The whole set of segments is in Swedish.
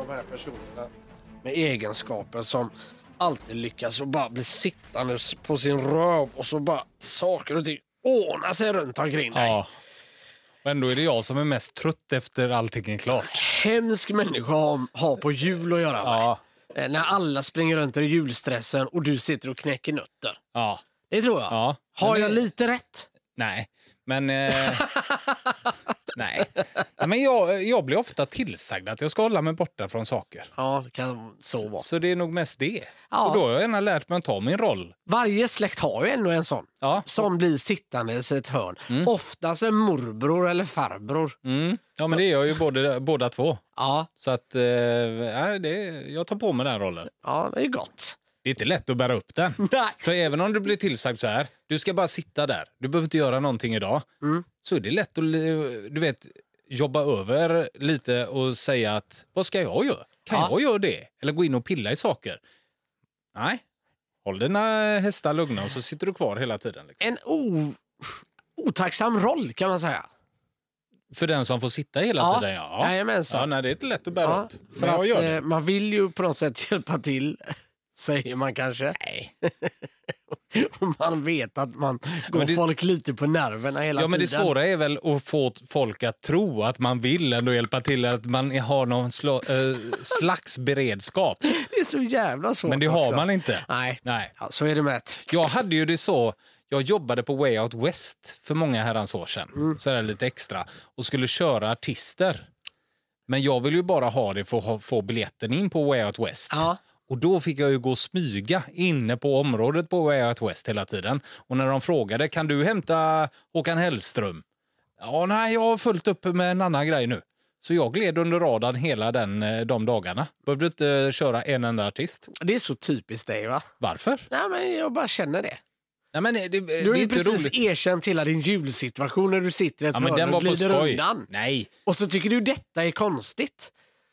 de här personerna med egenskaper som alltid lyckas och bara bli sittande på sin röv och så bara saker och ting ordnar sig runt omkring dig. Ja. Men då är det jag som är mest trött efter allting är klart. Hemsk människa har på jul att göra med. Ja. När alla springer runt i julstressen och du sitter och knäcker nötter. Ja. Det tror jag. Ja. Har jag lite rätt? Nej, men... nej. Men jag blir ofta tillsagd att jag ska hålla mig borta från saker. Ja, det kan så vara. Så det är nog mest det. Ja. Och då har jag gärna lärt mig att ta min roll. Varje släkt har ju ändå en sån. Ja. Som blir sittande i ett hörn. Oftast en morbror eller farbror. Mm. Ja, men det är jag ju båda två. Ja. Så att jag tar på mig den rollen. Ja, det är gott. Det är inte lätt att bära upp den. Nej. För även om du blir tillsagd så här, du ska bara sitta där, du behöver inte göra någonting idag. Så är det lätt att, du vet, jobba över lite och säga att, vad ska jag göra? Kan jag göra det? Eller gå in och pilla i saker? Nej. Håll dina hästar lugna och så sitter du kvar hela tiden. Liksom. En otacksam roll kan man säga. För den som får sitta hela tiden, Jajamensan. Ja, nej, det är inte lätt att bära upp. För att man vill ju på något sätt hjälpa till, säger man kanske. Nej. Och man vet att man går folk lite på nerverna hela tiden. Ja, men det svåra är väl att få folk att tro att man vill ändå hjälpa till, att man har någon slags beredskap. Det är så jävla svårt. Men det har man inte. Nej. Nej. Ja, så är det med. Jag hade ju det så, jag jobbade på Way Out West för många herrans år sedan. Så är det lite extra. Och skulle köra artister. Men jag vill ju bara ha det för att få biljetten in på Way Out West. Ja. Och då fick jag ju gå och smyga inne på området på Way Out West hela tiden. Och när de frågade, kan du hämta Håkan Hellström? Ja, nej, jag har fullt upp med en annan grej nu. Så jag gled under radarn hela de dagarna. Behövde inte köra en enda artist. Det är så typiskt dig, va? Varför? Nej, men jag bara känner det. Nej, men Du det har är ju inte precis roligt. erkänt hela din julsituation när du sitter i ett Ja, men den hörn var och på glider skoj. undan. Nej. Och så tycker du detta är konstigt.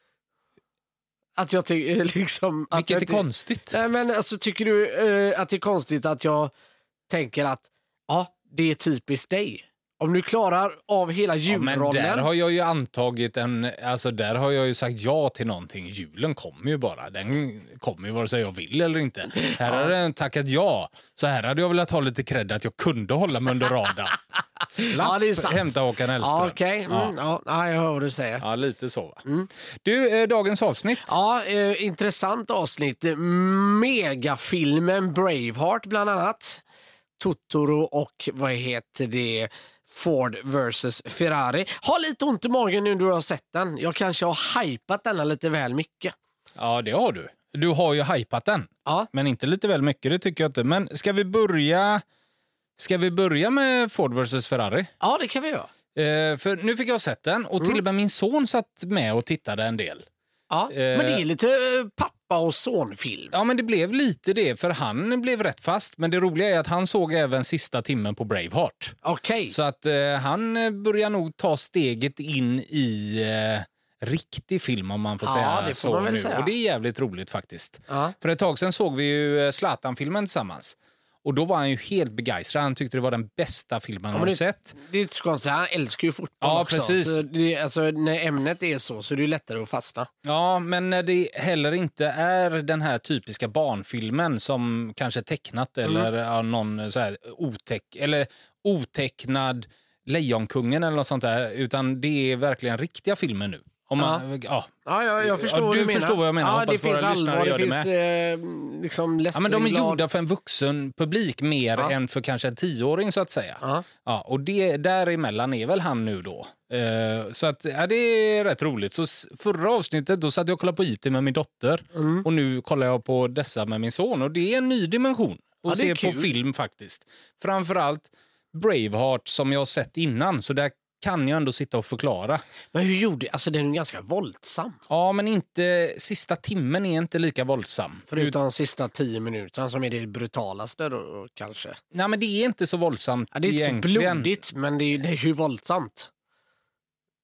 Att jag tycker liksom... Vilket är konstigt? Nej, men alltså, tycker du att det är konstigt att jag tänker att det är typiskt dig? Om du klarar av hela julrollen... Ja, men där har jag ju antagit där har jag ju sagt ja till någonting. Julen kommer ju bara. Den kommer ju vare sig jag vill eller inte. Här hade den tackat ja. Så här hade jag velat ha lite cred att jag kunde hålla mig under radarn. Slapp hämta Håkan Hellström. Ja, okej. Jag hör vad du säger. Ja, lite så, va? Du, dagens avsnitt. Ja, intressant avsnitt. Megafilmen Braveheart bland annat. Totoro och vad heter det? Ford versus Ferrari. Har lite ont i magen nu du har sett den. Jag kanske har hypat den lite väl mycket. Ja, det har du. Du har ju hypat den. Ja. Men inte lite väl mycket, det tycker jag inte. Men ska vi börja med Ford versus Ferrari? Ja, det kan vi göra. För nu fick jag sett den och till och med min son satt med och tittade en del. Ja, men det är lite pappa och sonfilm. Ja, men det blev lite det, för han blev rätt fast. Men det roliga är att han såg även sista timmen på Braveheart. Okej. Så att han börjar nog ta steget in i riktig film, om man får säga det får så man väl nu. säga. Och det är jävligt roligt faktiskt. Ja. För ett tag sedan såg vi ju Zlatan-filmen tillsammans. Och då var han ju helt begeistrad. Han tyckte det var den bästa filmen han hade sett. Det är inte så konstigt. Han älskar ju fotboll också. Precis. Så när ämnet är så är det lättare att fastna. Ja, men när det heller inte är den här typiska barnfilmen som kanske tecknat eller någon så här otecknad Lejonkungen eller något sånt där, utan det är verkligen riktiga filmer nu. Jag förstår vad du menar. Förstår vad jag menar. Ja, det finns allvar, det finns liksom ledsen, men de är glad. gjorda för en vuxen publik mer än för kanske en 10-åring så att säga. Ja, och det däremellan är väl han nu då. Så att det är rätt roligt. Så förra avsnittet då satt jag och kollade på IT med min dotter och nu kollar jag på dessa med min son och det är en ny dimension att se på film faktiskt. Framförallt Braveheart som jag har sett innan, så där kan jag ändå sitta och förklara. Men hur gjorde alltså den är ganska våldsam. Ja, men inte sista timmen är inte lika våldsam. Förutom sista 10 minuterna som är det brutalaste då, kanske. Nej, men det är inte så våldsamt. Det är inte egentligen. så blodigt, men det är ju våldsamt.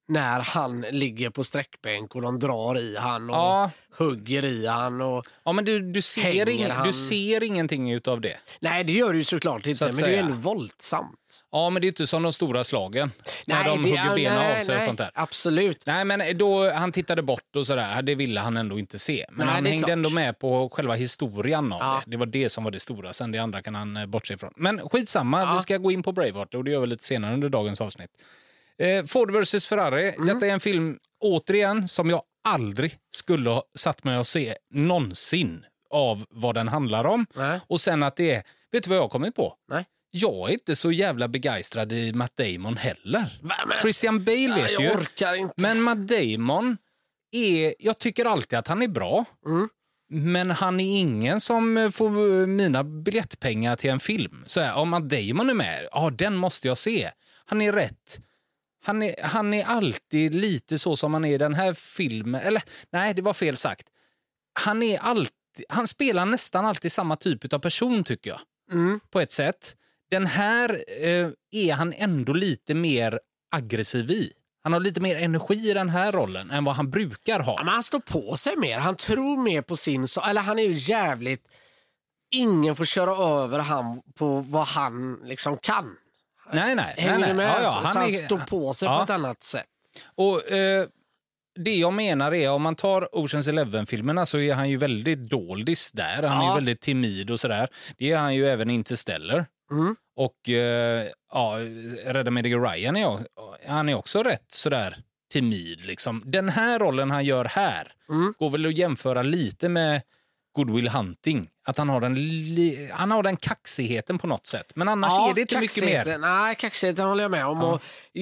när han ligger på sträckbänk och de drar i han och hugger i han. Och men du ser ingenting utav det. Nej, det gör du ju såklart inte, men det är ju ändå våldsamt. Ja, men det är inte som de stora slagen. När de hugger benen av sig och sånt där. Absolut. Nej, men då han tittade bort och sådär, det ville han ändå inte se. Men han hängde ändå med på själva historien av det. Det var det som var det stora, sen det andra kan han bortse ifrån. Men skitsamma, vi ska gå in på Braveheart och det gör vi lite senare under dagens avsnitt. Ford vs. Ferrari, detta är en film återigen som jag aldrig skulle ha satt mig och se någonsin av vad den handlar om. Nej. Och sen att det är, vet du vad jag har kommit på? Nej. Jag är inte så jävla begeistrad i Matt Damon heller. Christian Bale vet jag ju. Orkar inte. Men Matt Damon jag tycker alltid att han är bra. Men han är ingen som får mina biljettpengar till en film. Så här, om Matt Damon är med, den måste jag se. Han är rätt. Han är alltid lite så som han är i den här filmen. Eller, nej, det var fel sagt. Han spelar nästan alltid samma typ av person, tycker jag. På ett sätt. Den här är han ändå lite mer aggressiv i. Han har lite mer energi i den här rollen än vad han brukar ha. Men han står på sig mer. Han tror mer på sin sak. Eller han är ju jävligt... Ingen får köra över han på vad han liksom kan. Nej. Hänger du med? Han står på sig på ett annat sätt. Och det jag menar är, om man tar Ocean's Eleven-filmerna så är han ju väldigt doldis där. Han är ju väldigt timid och sådär. Det är han ju även Interstellar. Och Rädda Meg Ryan han är också rätt sådär timid liksom. Den här rollen han gör här går väl att jämföra lite med Good Will Hunting. Att han har den kaxigheten på något sätt. Men annars är det inte mycket mer. Nej, kaxigheten håller jag med om. Och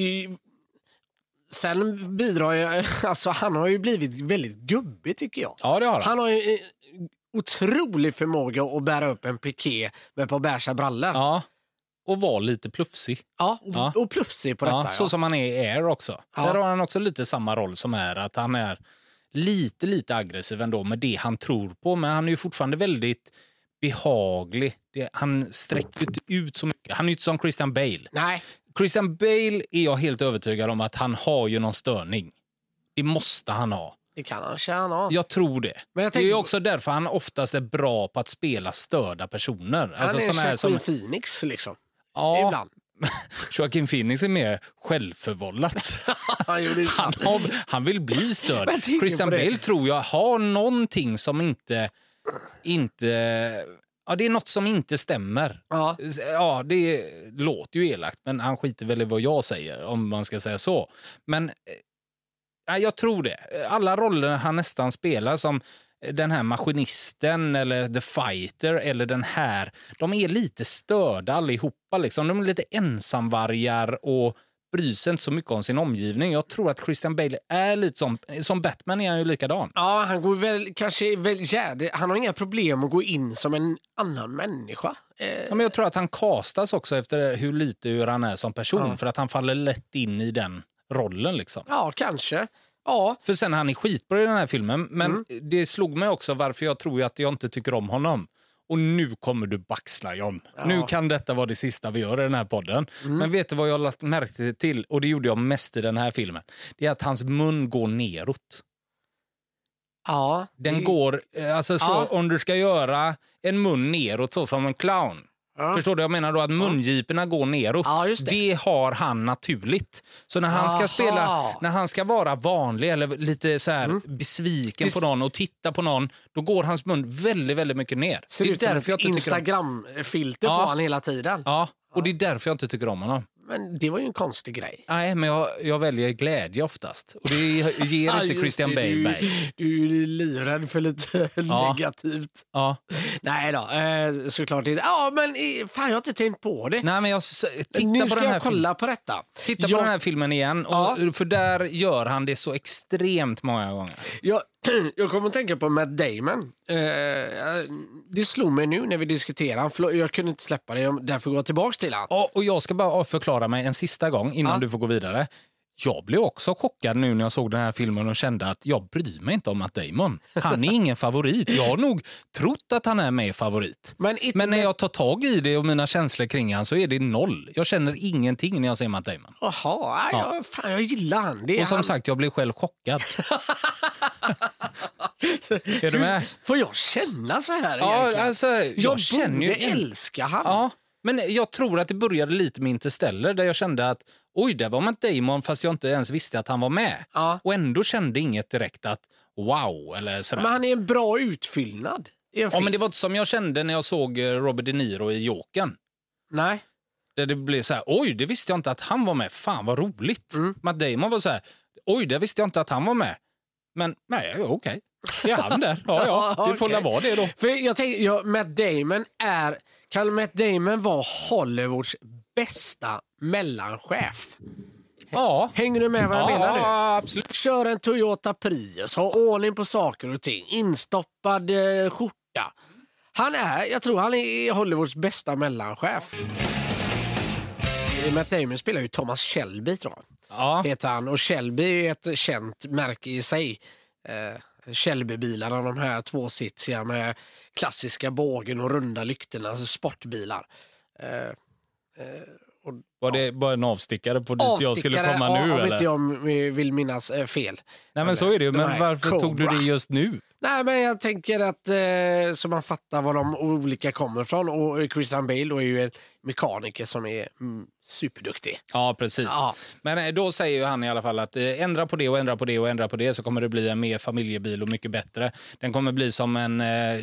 sen bidrar jag... Alltså, han har ju blivit väldigt gubbig, tycker jag. Ja, det har han. Han har ju otrolig förmåga att bära upp en piké med på bärsa brallor. Ja, och vara lite plufsig. Ja, och plufsig på detta. Ja. Så som han är i Air också. Där har han också lite samma roll som är att han är lite aggressiv ändå med det han tror på. Men han är ju fortfarande väldigt behaglig. Han sträcker inte ut så mycket. Han är inte som Christian Bale. Nej. Christian Bale är jag helt övertygad om att han har ju någon störning. Det måste han ha. Det kan han tjäna av. Jag tror det. Men det är också därför han oftast är bra på att spela störda personer. Han är Joaquin Phoenix liksom. Ja. Ibland. Joaquin Phoenix är mer självförvållat. han vill bli störd. Christian Bale tror jag har någonting som inte det är något som inte stämmer. Ja, det låter ju elakt, men han skiter väl i vad jag säger, om man ska säga så. Men jag tror det. Alla roller han nästan spelar, som den här maskinisten eller The Fighter eller den här, de är lite störda allihopa liksom. De är lite ensamvargar och bryr sig inte så mycket om sin omgivning. Jag tror att Christian Bale är lite som Batman, är han ju likadan. Ja, han går väl han har inga problem att gå in som en annan människa. Ja, men jag tror att han kastas också efter hur han är som person, för att han faller lätt in i den rollen liksom. Ja, kanske. Ja. För sen han är skitbra i den här filmen, men det slog mig också varför jag tror att jag inte tycker om honom. Och nu kommer du baxla, John. Ja. Nu kan detta vara det sista vi gör i den här podden. Men vet du vad jag har lagt märke till? Och det gjorde jag mest i den här filmen. Det är att hans mun går neråt. Ja. Den går, om du ska göra en mun neråt så som en clown. Ja. Förstår du? Jag menar då att mungiporna går neråt. Ja, det har han naturligt. Så när han ska när han ska vara vanlig eller lite så här besviken på någon och titta på någon, då går hans mun väldigt, väldigt mycket ner. Ser det ut som ett Instagram-filter på han hela tiden. Ja, och det är därför jag inte tycker om honom. Men det var ju en konstig grej. Nej, men jag väljer glädje oftast. Och det ger inte Christian Bale mig. Du är livrädd för lite negativt. Ja. Nej då, såklart inte. Ja, men fan, jag har inte tänkt på det. Nej, men nu ska jag kolla på detta. Titta på den här filmen igen. För där gör han det så extremt många gånger. Jag kommer att tänka på Matt Damon. Det slog mig nu när vi diskuterar. Jag kunde inte släppa det, därför går jag tillbaka till han. Och jag ska bara förklara mig en sista gång innan du får gå vidare. jag blev också chockad nu när jag såg den här filmen och kände att jag bryr mig inte om Matt Damon. Han är ingen favorit. Jag har nog trott att han är med favorit. Men när jag tar tag i det och mina känslor kring han så är det 0. Jag känner ingenting när jag ser Matt Damon. Jaha, jag gillar han. Det och som han... sagt, jag blev själv chockad. Är du med? Får jag känna så här egentligen? Alltså, jag känner älska han. Ja, men jag tror att det började lite med Interstellar där jag kände att oj, det var Matt Damon fast jag inte ens visste att han var med. Ja. Och ändå kände inget direkt att wow eller sådär. Men han är en bra utfyllnad. Ja, men det var inte som jag kände när jag såg Robert De Niro i Jokern. Nej. Där det blev så här, oj, det visste jag inte att han var med. Fan vad roligt. Matt Damon var så här, oj, det visste jag inte att han var med. Men nej, okej. Det är han där. Ja, det får väl vara det då. För jag tänker, Matt Damon kan Matt Damon vara Hollywoods bästa mellanchef? Ja. Hänger du med vad jag menar nu? Ja, absolut. Kör en Toyota Prius, ha ordning på saker och ting, instoppad skjorta. Jag tror han är Hollywoods bästa mellanchef. Matt Damon spelar ju Thomas Shelby, tror jag. Ja. Heter han. Och Shelby är ett känt märke i sig. Shelby-bilarna, de här tvåsitsiga med klassiska bågen och runda lyktorna, alltså sportbilar. Var det bara en avstickare på dit jag skulle komma nu? Om eller? Inte jag vill minnas fel. Nej, men så är det ju. Men varför tog du det just nu? Nej, men jag tänker att så man fattar var de olika kommer från. Och Christian Bale är ju en mekaniker som är superduktig. Ja, precis. Ja. Men då säger ju han i alla fall att ändra på det och ändra på det och ändra på det så kommer det bli en mer familjebil och mycket bättre. Den kommer bli som en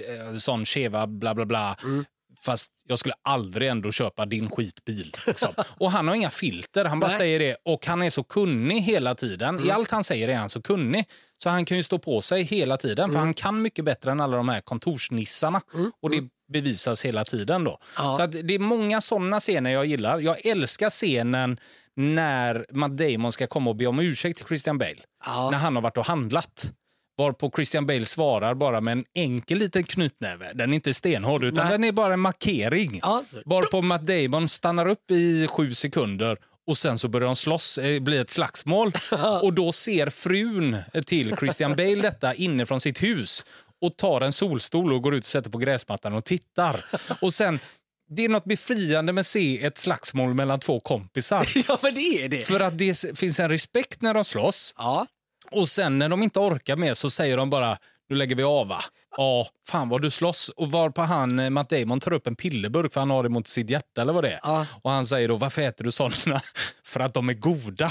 sån Cheva bla bla bla. Fast jag skulle aldrig ändå köpa din skitbil. Liksom. Och han har inga filter, han bara säger det. Och han är så kunnig hela tiden. I allt han säger är han så kunnig. Så han kan ju stå på sig hela tiden. För han kan mycket bättre än alla de här kontorsnissarna. Och det bevisas hela tiden då. Ja. Så att det är många sådana scener jag gillar. Jag älskar scenen när Matt Damon ska komma och be om ursäkt till Christian Bale. Ja. När han har varit och handlat. Varpå Christian Bale svarar bara med en enkel liten knytnäve. Den är inte stenhård utan den är bara en markering. Ja. Varpå Matt Damon stannar upp i 7 sekunder och sen så börjar de slåss, blir ett slagsmål. Och då ser frun till Christian Bale detta inifrån sitt hus och tar en solstol och går ut och sätter på gräsmattan och tittar. Och sen, det är något befriande med att se ett slagsmål mellan 2 kompisar. Ja, men det är det. För att det finns en respekt när de slåss. Ja. Och sen när de inte orkar med så säger de bara, nu lägger vi av va? Ja, fan vad du slåss. Och varpå Matt Damon tar upp en pillerburk för han har det mot sitt hjärta eller vad det är. Ja. Och han säger då, varför äter du sådana? För att de är goda.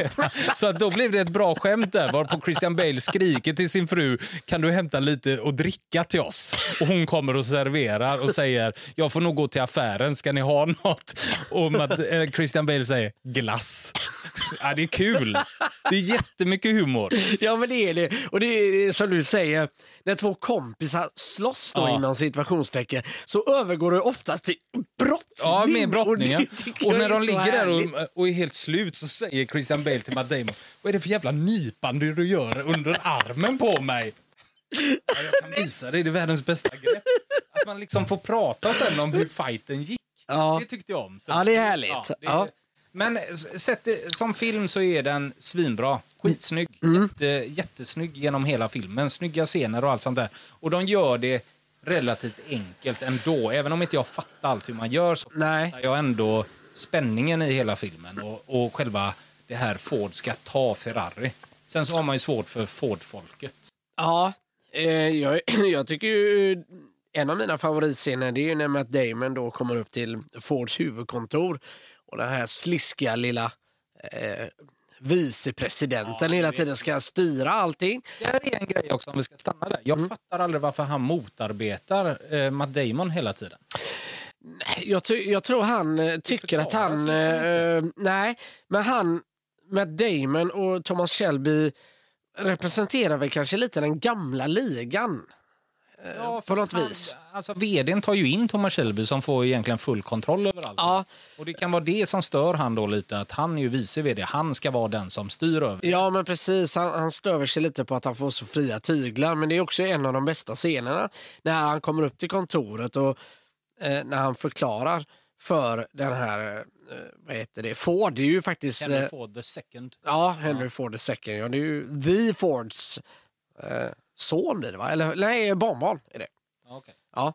Så att då blev det ett bra skämt där. Varpå Christian Bale skriker till sin fru, kan du hämta lite och dricka till oss? Och hon kommer och serverar och säger, jag får nog gå till affären, ska ni ha något? Och Christian Bale säger, glass. Ja, det är kul. Det är jättemycket humor. Ja, men det är det. Och det är som du säger, när 2 kompisar slåss då inom situationstecken så övergår det oftast till brottning. Ja, med brottningen. Och när de ligger där och är helt slut så säger Christian Bale till Matt Damon, vad är det för jävla nypande du gör under armen på mig? Ja, jag kan visa dig, det är världens bästa grepp. Att man liksom får prata sen om hur fighten gick. Ja. Det tyckte jag om. Så ja, det är härligt. Ja. Men sett som film så är den svinbra. Skitsnygg. Jättesnygg genom hela filmen. Snygga scener och allt sånt där. Och de gör det relativt enkelt ändå. Även om inte jag fattar allt hur man gör så fattar jag ändå spänningen i hela filmen. Och själva det här Ford ska ta Ferrari. Sen så har man ju svårt för Ford-folket. Ja, jag tycker ju... En av mina favoritscener det är ju när Matt Damon då kommer upp till Fords huvudkontor och den här sliskiga lilla vicepresidenten hela tiden ska styra allting. Det här är en grej också om vi ska stanna där. Jag fattar aldrig varför han motarbetar Matt Damon hela tiden. Jag tror han tycker att han... nej, men Matt Damon och Thomas Shelby representerar väl kanske lite den gamla ligan. Ja, på något vis. Alltså vdn tar ju in Thomas Shelby som får egentligen full kontroll över allt. Ja. Och det kan vara det som stör han då lite, att han är ju vice vd. Han ska vara den som styr över. Ja, men precis. Han stöver sig lite på att han får så fria tyglar. Men det är också en av de bästa scenerna när han kommer upp till kontoret och när han förklarar för den här, vad heter det, Ford. Det är ju faktiskt... Henry Ford the second. Ja, Henry Ford the second. Ja, det är ju The Fords son, är det, va? Eller nej, barnbarn är det. Okay. Ja.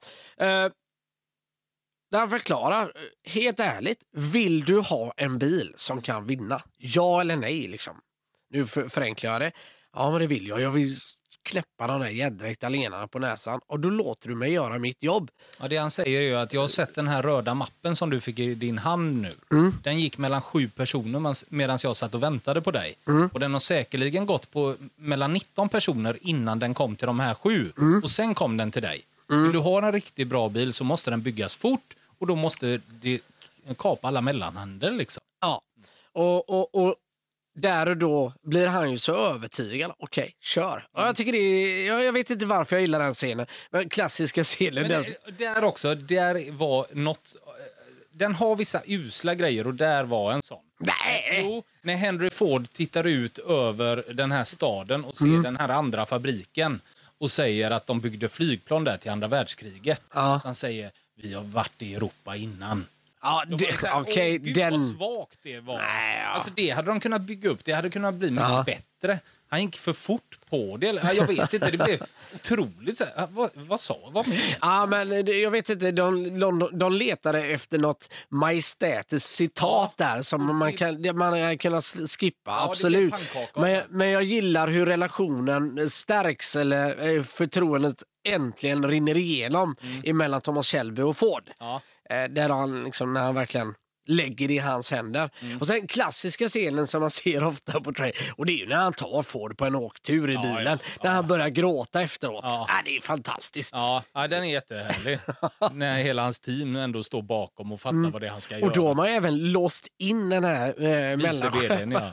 Där förklarar, helt ärligt, vill du ha en bil som kan vinna? Ja eller nej, liksom. Nu förenklar jag det. Ja, men det vill jag. Jag vill knäppa de där jädra italienarna på näsan. Och då låter du mig göra mitt jobb. Ja, det han säger är ju att jag har sett den här röda mappen som du fick i din hand nu. Den gick mellan 7 personer medan jag satt och väntade på dig. Och den har säkerligen gått på mellan 19 personer innan den kom till de här 7. Och sen kom den till dig. Vill du ha en riktigt bra bil så måste den byggas fort. Och då måste det kapa alla mellanhänder liksom. Ja, och där och då blir han ju så övertygad. Okej, kör. Och jag tycker jag vet inte varför jag gillar den scenen. Men klassiska scenen. Men där också, där var något... Den har vissa usla grejer och där var en sån. Nej! Jo, när Henry Ford tittar ut över den här staden och ser den här andra fabriken och säger att de byggde flygplan där till andra världskriget. Ja. Så han säger, vi har varit i Europa innan. Ja, okej, den... vad svagt det var. Nej, ja. Alltså det hade de kunnat bygga upp. Det hade kunnat bli mycket bättre. Han gick för fort på det. Jag vet inte, det blev otroligt. Vad med? Ja, men jag vet inte. De letade efter något majestätiskt citat där som man kan kunna skippa, absolut. Men jag gillar hur relationen stärks eller förtroendet äntligen rinner igenom emellan Thomas Shelby och Ford. Ja. Där han liksom, när han verkligen lägger det i hans händer. Och sen klassiska scenen som man ser ofta på trailer, och det är ju när han tar Ford på en åktur i bilen, när han börjar gråta efteråt. Det är fantastiskt. Ja, den är jättehärlig. När hela hans team ändå står bakom och fattar vad det är han ska göra. Och då har man även låst in den här mellanchefen.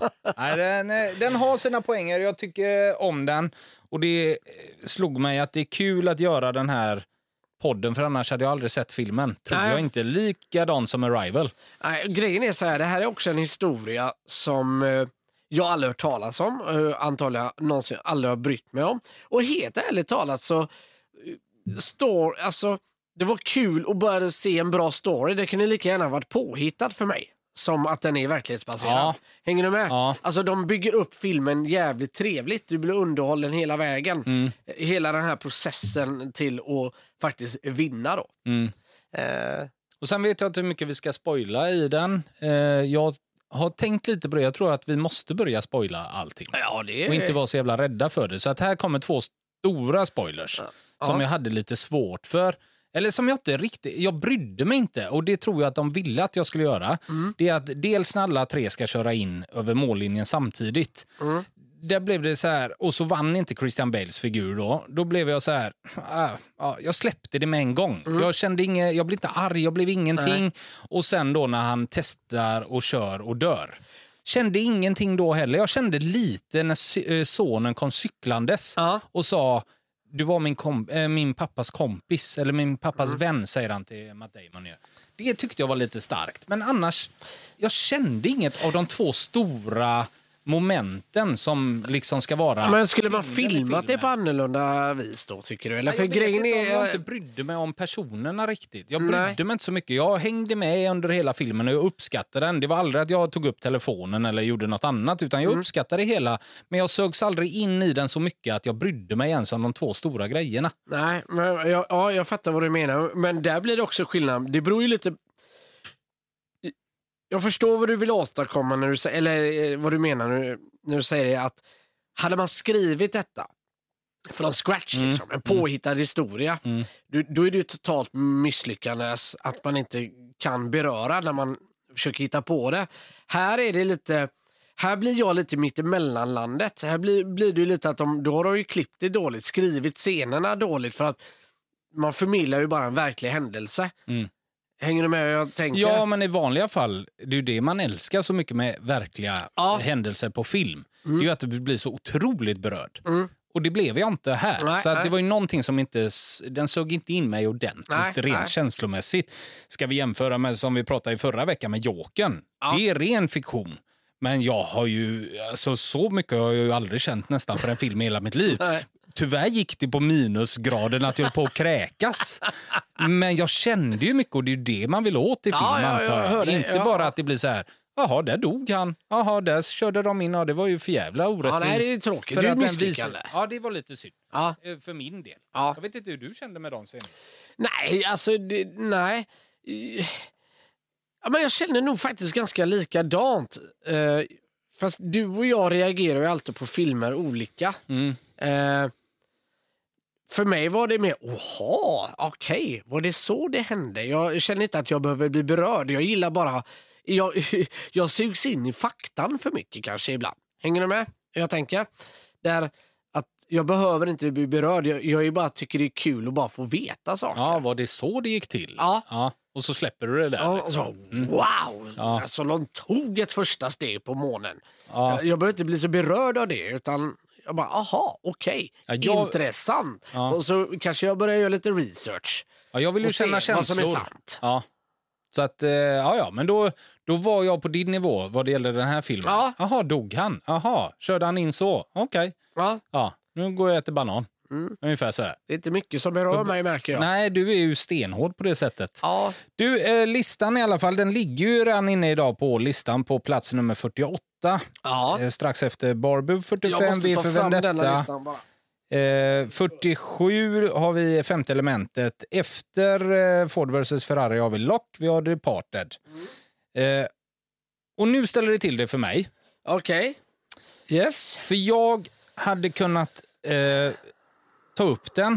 Den har sina poänger, jag tycker om den. Och det slog mig att det är kul att göra den här podden, för annars hade jag aldrig sett filmen. Tror jag inte. Likadan som Arrival. Nej, grejen är så här, det här är också en historia som jag aldrig hört talas om. Antagligen någonsin aldrig har brytt mig om. Och helt ärligt talat så det var kul att börja se en bra story. Det kan ju lika gärna ha varit påhittat för mig som att den är verklighetsbaserad. Ja. Hänger du med? Ja. Alltså de bygger upp filmen jävligt trevligt. Du blir underhållen hela vägen. Hela den här processen till att faktiskt vinna då. Och sen vet jag inte hur mycket vi ska spoila i den. Jag har tänkt lite på det. Jag tror att vi måste börja spoila allting. Ja, det är... Och inte vara så jävla rädda för det. Så att här kommer 2 stora spoilers som jag hade lite svårt för. Eller som jag inte riktigt... Jag brydde mig inte. Och det tror jag att de ville att jag skulle göra. Det är att dels när alla 3 ska köra in över mållinjen samtidigt. Där blev det så här... Och så vann inte Christian Bales figur då. Då blev jag så här... jag släppte det med en gång. Jag kände jag blev inte arg, jag blev ingenting. Och sen då när han testar och kör och dör. Kände ingenting då heller. Jag kände lite när sonen kom cyklandes och sa... Du var min pappas kompis, eller min pappas vän, säger han till Matt Damon. Det tyckte jag var lite starkt. Men annars, jag kände inget av de 2 stora momenten som liksom ska vara... Men skulle man filmat det på annorlunda vis då, tycker du? Eller för grejen är... Jag inte brydde mig om personerna riktigt. Jag brydde mig inte så mycket. Jag hängde med under hela filmen och jag uppskattade den. Det var aldrig att jag tog upp telefonen eller gjorde något annat, utan jag uppskattade det hela. Men jag sögs aldrig in i den så mycket att jag brydde mig ens om de 2 stora grejerna. Nej, men jag fattar vad du menar. Men där blir det också skillnad. Det beror ju lite... Jag förstår vad du vill åstadkomma när du säger, eller vad du menar när du säger det, att hade man skrivit detta från scratch, liksom, en påhittad historia, då är det ju totalt misslyckandes att man inte kan beröra när man försöker hitta på det. Här är det lite... Här blir jag lite mitt i mellanlandet. Här blir det ju lite att då har de ju klippt det dåligt, skrivit scenerna dåligt, för att man förmedlar ju bara en verklig händelse. Hänger du med? Jag tänker... Ja, men i vanliga fall, det är ju det man älskar så mycket med verkliga händelser på film. Det är ju att du blir så otroligt berörd. Och det blev jag inte här. Så att det var ju någonting som inte... Den såg inte in mig ordentligt, rent känslomässigt. Ska vi jämföra med, som vi pratade i förra veckan, med Jokern. Det är ren fiktion. Men jag har ju... Alltså, så mycket har jag ju aldrig känt nästan för en film i hela mitt liv. tyvärr gick det på minusgraden att jag höll på att kräkas. Men jag kände ju mycket och det är ju det man vill åt i film, antar jag. Inte bara att det blir så här, jaha, där dog han. Jaha, där körde de in. Ja, det var ju för jävla orättvist. Ja, nej, det är tråkigt. Det är misslyckande. Ja, det var lite synd. För min del. Jag vet inte hur du kände med de scenerna. Nej, alltså, nej. Ja, men jag känner nog faktiskt ganska likadant. Fast du och jag reagerar ju alltid på filmer olika. För mig var det mer, okej, var det så det hände? Jag känner inte att jag behöver bli berörd. Jag gillar bara, jag sugs in i faktan för mycket kanske ibland. Hänger du med? Jag tänker, där att jag behöver inte bli berörd. Jag bara tycker det är kul att bara få veta saker. Ja, var det så det gick till? Ja. Och så släpper du det där. Ja, liksom. Wow! Ja. Alltså, de tog ett första steg på månen. Ja. Jag behöver inte bli så berörd av det, utan jag bara, aha, okej. Intressant. Ja. Och så kanske jag börjar göra lite research. Ja, jag vill ju känna känslor. Vad som är sant. Ja. Så att, men då var jag på din nivå vad det gäller den här filmen. Ja. Jaha, dog han? Jaha, körde han in så? Okej. Ja, nu går jag till banan. Ungefär så här. Det är inte mycket som berör mig, märker jag. Nej, du är ju stenhård på det sättet. Ja. Du, listan i alla fall, den ligger ju redan inne idag på listan på plats nummer 48. Ja. Strax efter Barbie 45, Jag måste V ta för fram Vendetta. denna listan bara. 47 har vi Femte elementet. Efter Ford vs Ferrari har vi Lock, vi har Departed. Och nu ställer det till det för mig. Okej. Yes. För jag hade kunnat ta upp den.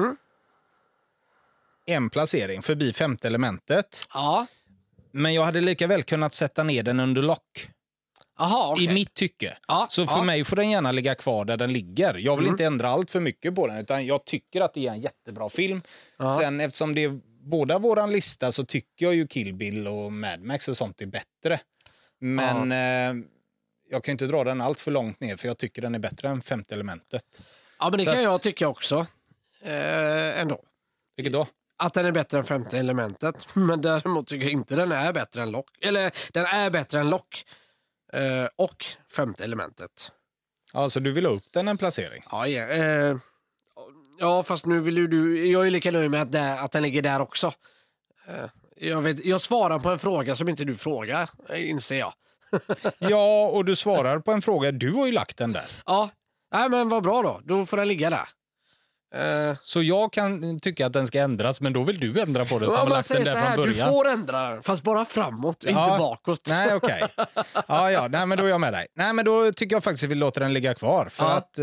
En placering förbi Femte elementet. Ja. Men jag hade lika väl kunnat sätta ner den under Lock. Aha, okay. I mitt tycke. Ja, så för mig får den gärna ligga kvar där den ligger. Jag vill inte ändra allt för mycket på den, utan jag tycker att det är en jättebra film. Sen eftersom det är båda våran lista så tycker jag ju Kill Bill och Mad Max och sånt är bättre. Men jag kan inte dra den allt för långt ner, för jag tycker den är bättre än Femte elementet. Ja, men det kan jag tycka också. Ändå. Vilket då? Att den är bättre än Femte elementet. Men däremot tycker jag inte den är bättre än Lock. Eller den är bättre än Lock. Och Femte elementet. Ja, så du vill ha upp den en placering? Ja, ja, fast nu vill du... Jag är lika nöjd med att den ligger där också. Jag svarar på en fråga som inte du frågar, inser jag. Ja, och du svarar på en fråga. Du har ju lagt den där. Ja, nej, men vad bra då. Då får den ligga där. Så jag kan tycka att den ska ändras, men då vill du ändra på det som har lagt den där från början. Du får ändra den, fast bara framåt, inte bakåt. Nej, okej. Ja, nej, men då är jag med dig. Nej, men då tycker jag faktiskt att vi låter den ligga kvar. För att,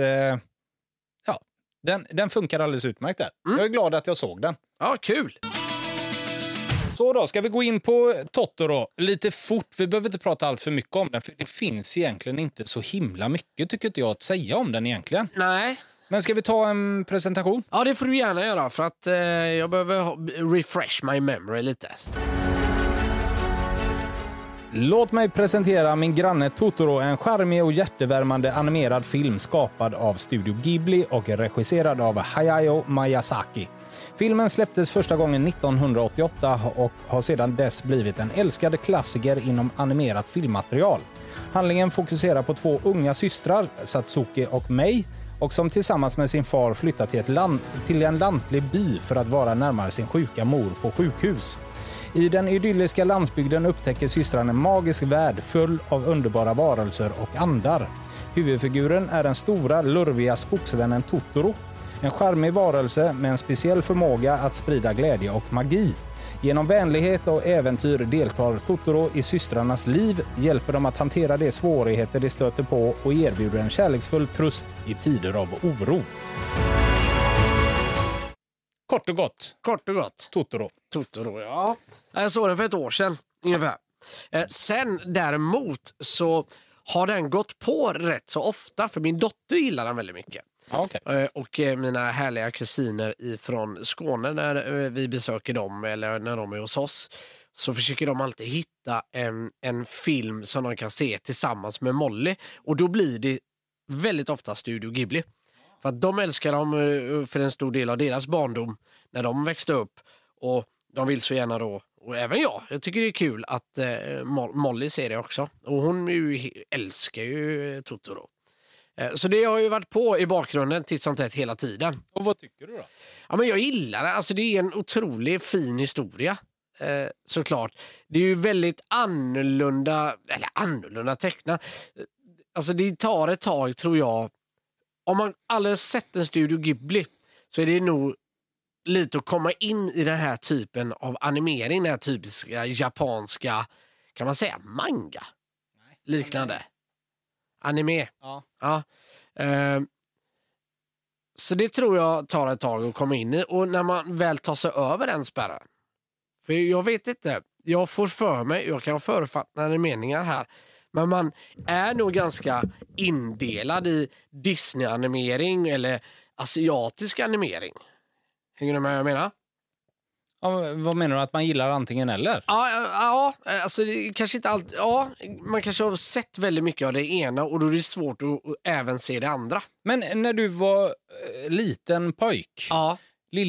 den funkar alldeles utmärkt där. Jag är glad att jag såg den. Ja, kul. Så då, ska vi gå in på Totoro lite fort. Vi behöver inte prata allt för mycket om den, för det finns egentligen inte så himla mycket, tycker inte jag, att säga om den egentligen. Nej. Men ska vi ta en presentation? Ja, det får du gärna göra, för att jag behöver refresh my memory lite. Låt mig presentera min granne Totoro, en charmig och hjärtevärmande animerad film skapad av Studio Ghibli och regisserad av Hayao Miyazaki. Filmen släpptes första gången 1988 och har sedan dess blivit en älskad klassiker inom animerat filmmaterial. Handlingen fokuserar på två unga systrar, Satsuki och Mei, och som tillsammans med sin far flyttar till en lantlig by för att vara närmare sin sjuka mor på sjukhus. I den idylliska landsbygden upptäcker systrarna en magisk värld full av underbara varelser och andar. Huvudfiguren är den stora, lurviga skogsvännen Totoro. En charmig varelse med en speciell förmåga att sprida glädje och magi. Genom vänlighet och äventyr deltar Totoro i systrarnas liv, hjälper dem att hantera de svårigheter de stöter på och erbjuder en kärleksfull tröst i tider av oro. Kort och gott. Kort och gott. Totoro, ja. Jag såg den för ett år sedan, ungefär. Sen däremot så har den gått på rätt så ofta, för min dotter gillar den väldigt mycket. Okay. Och mina härliga kusiner ifrån Skåne, när vi besöker dem eller när de är hos oss, så försöker de alltid hitta en film som de kan se tillsammans med Molly. Och då blir det väldigt ofta Studio Ghibli. För att de älskar dem för en stor del av deras barndom när de växte upp. Och de vill så gärna då, och även jag tycker det är kul att Molly ser det också. Och hon älskar ju Totoro. Så det har ju varit på i bakgrunden till sånt här hela tiden. Och vad tycker du då? Ja, men jag gillar det. Alltså, det är en otroligt fin historia. Såklart. Det är ju väldigt annorlunda teckna. Alltså det tar ett tag, tror jag. Om man aldrig sett en Studio Ghibli så är det nog lite att komma in i den här typen av animering, den här typiska japanska, kan man säga manga? Liknande. Anime. Ja. Så det tror jag tar ett tag att komma in i. Och när man väl tar sig över den spärren. För jag vet inte, jag får för mig, jag kan ha förutfattade meningar här. Men man är nog ganska indelad i Disney-animering eller asiatisk animering. Hänger du med vad jag menar? Ja, vad menar du? Att man gillar antingen eller? Ja, alltså det kanske inte alltid. Ja, man kanske har sett väldigt mycket av det ena och då är det svårt att även se det andra. Men när du var liten pojk, Ja.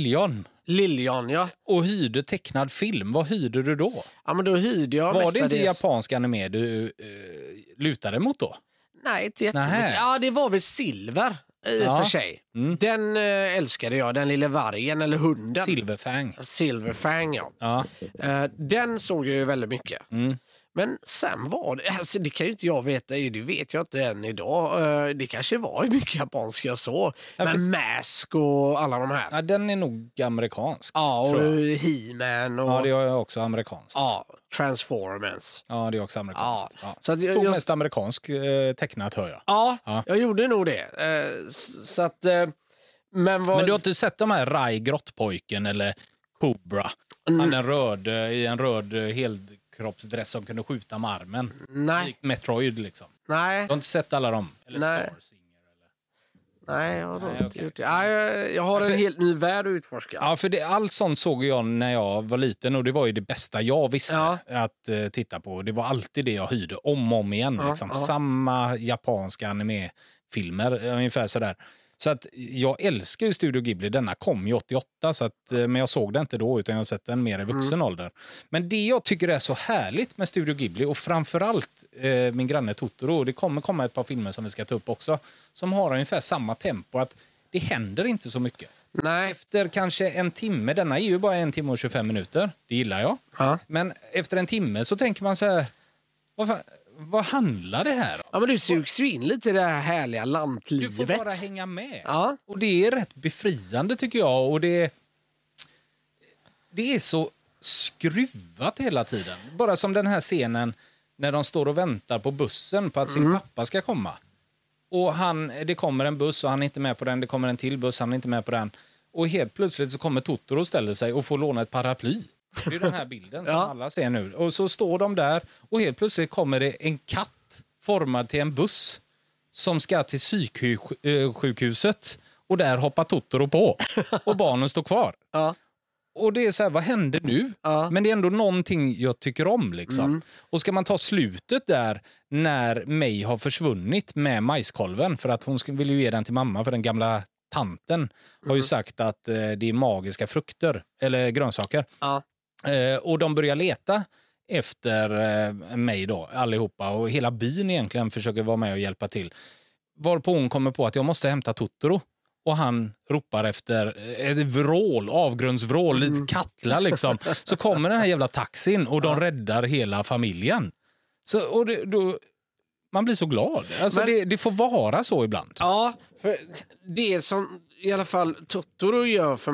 Liljon, ja. Och hyrde tecknad film, vad hyrde du då? Ja, men då hyrde jag Var det inte japansk anime du lutade mot då? Nej, inte jättemycket. Ja, det var väl Silver i och för sig. Den älskade jag, den lilla vargen eller hunden. Silverfang, ja. Den såg jag ju väldigt mycket. Men sen var det, alltså det kan ju inte jag veta, det vet jag inte än idag. Det kanske var ju mycket japanska jag såg. Men Mask och alla de här. Ja, den är nog amerikansk. Ja, och He-Man. Och, ja, det är också amerikanskt. Ja, Transformers. Ja, det är också amerikanskt. Ja. Så att jag mest amerikansk tecknat hör jag. Ja, jag gjorde nog det. Så att... Men du har inte sett de här Rai Grottpojken eller Cobra? Han den röd i en röd helkroppsdress som kunde skjuta med armen. Nej. Metroid liksom. Nej. Du har inte sett alla dem? Eller Nej. Starsinger? Nej, jag har inte gjort det. Jag har en helt ny värld att utforska. Ja, för allt sånt såg jag när jag var liten och det var ju det bästa jag visste att titta på. Det var alltid det jag hyrde om och om igen. Liksom. Samma japanska anime-filmer, ungefär sådär. Så att jag älskar ju Studio Ghibli. Denna kom ju 88, så att, men jag såg den inte då utan jag har sett den mer i vuxen ålder. Men det jag tycker är så härligt med Studio Ghibli och framförallt min granne Totoro, det kommer komma ett par filmer som vi ska ta upp också, som har ungefär samma tempo, att det händer inte så mycket. Nej. Efter kanske en timme, denna är ju bara 1 timme och 25 minuter, det gillar jag. Men efter en timme så tänker man så här, vad handlar det här om? Ja, men du sugs ju in lite i det här härliga lantlivet. Du får bara hänga med. Ja. Och det är rätt befriande tycker jag. Och det är så skruvat hela tiden. Bara som den här scenen när de står och väntar på bussen på att sin pappa ska komma. Och det kommer en buss och han är inte med på den. Det kommer en till buss, han är inte med på den. Och helt plötsligt så kommer Totoro och ställer sig och får låna ett paraply. Det är den här bilden som alla ser nu. Och så står de där och helt plötsligt kommer det en katt formad till en buss som ska till psyksjukhuset. Och där hoppar Totoro på. Och barnen står kvar. Och det är så här, vad händer nu? Men det är ändå någonting jag tycker om liksom. Och ska man ta slutet där när May har försvunnit med majskolven för att hon vill ju ge den till mamma för den gamla tanten har ju sagt att det är magiska frukter eller grönsaker. Och de börjar leta efter mig då, allihopa. Och hela byn egentligen försöker vara med och hjälpa till. Varpå hon kommer på att jag måste hämta Totoro. Och han ropar efter ett vrål, avgrundsvrål, lite kattla liksom. Så kommer den här jävla taxin och de räddar hela familjen. Så, och man blir så glad. Alltså det får vara så ibland. Ja, för det som i alla fall Totoro gör för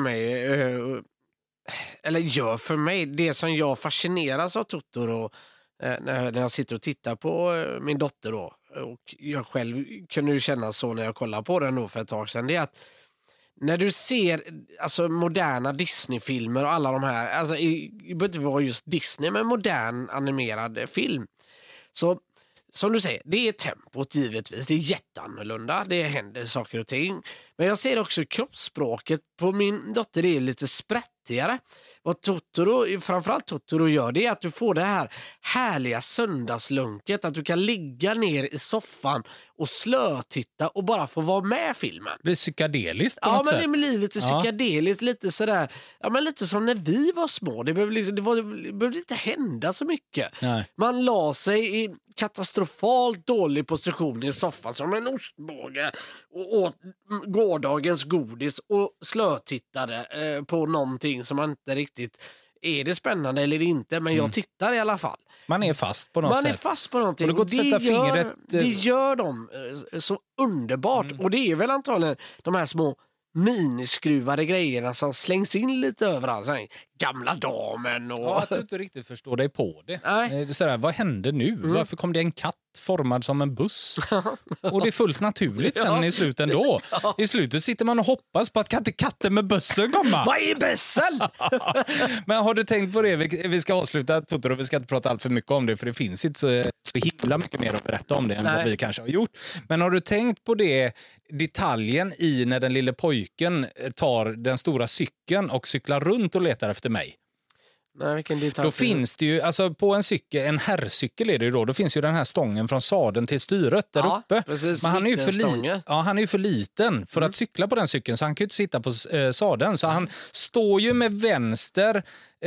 mig, det som jag fascineras av Totoro när jag sitter och tittar på min dotter då, och jag själv kunde ju känna så när jag kollade på den då för ett tag sedan, det är att när du ser alltså moderna Disney-filmer och alla de här, alltså det behöver inte vara just Disney men modern animerad film, så som du säger, det är tempot givetvis, det är jätteannorlunda, det händer saker och ting. Men jag ser också kroppsspråket på min dotter, det är lite sprättigare. Vad Totoro, framförallt Totoro gör, det är att du får det här härliga söndagslunket, att du kan ligga ner i soffan och slötitta och bara få vara med i filmen. Det blir psykedeliskt på något sätt. Det blir lite psykedeliskt, lite sådär, men lite som när vi var små. Det behövde inte hända så mycket. Nej. Man la sig i katastrofalt dålig position i soffan som en ostbåge och åt gårdagens godis och slötittade på någonting som man inte riktigt, är det spännande eller inte, men jag tittar i alla fall. Man är fast på något sätt. Man är fast på någonting. Och det gör de så underbart. Och det är väl antagligen de här små miniskruvade grejerna som slängs in lite överallt. Gamla damen och... Ja, att du inte riktigt förstår dig på det. Nej. Sådär, vad hände nu? Varför kom det en katt formad som en buss? Och det är fullt naturligt sen i slutet ändå. I slutet sitter man och hoppas på att katten med bussen kommer. Vad är bussen? Men har du tänkt på det? Vi ska avsluta Totoro, vi ska inte prata allt för mycket om det, för det finns inte så himla mycket mer att berätta om det än vad vi kanske har gjort. Men har du tänkt på det, detaljen i när den lille pojken tar den stora cykeln och cyklar runt och letar efter mig? Nej, vilken detalj? Då finns det ju, alltså på en cykel, en herrcykel är det ju då finns ju den här stången från sadeln till styret där uppe. Precis, men han är ju för liten för att cykla på den cykeln, så han kan ju inte sitta på sadeln. Så han står ju med vänster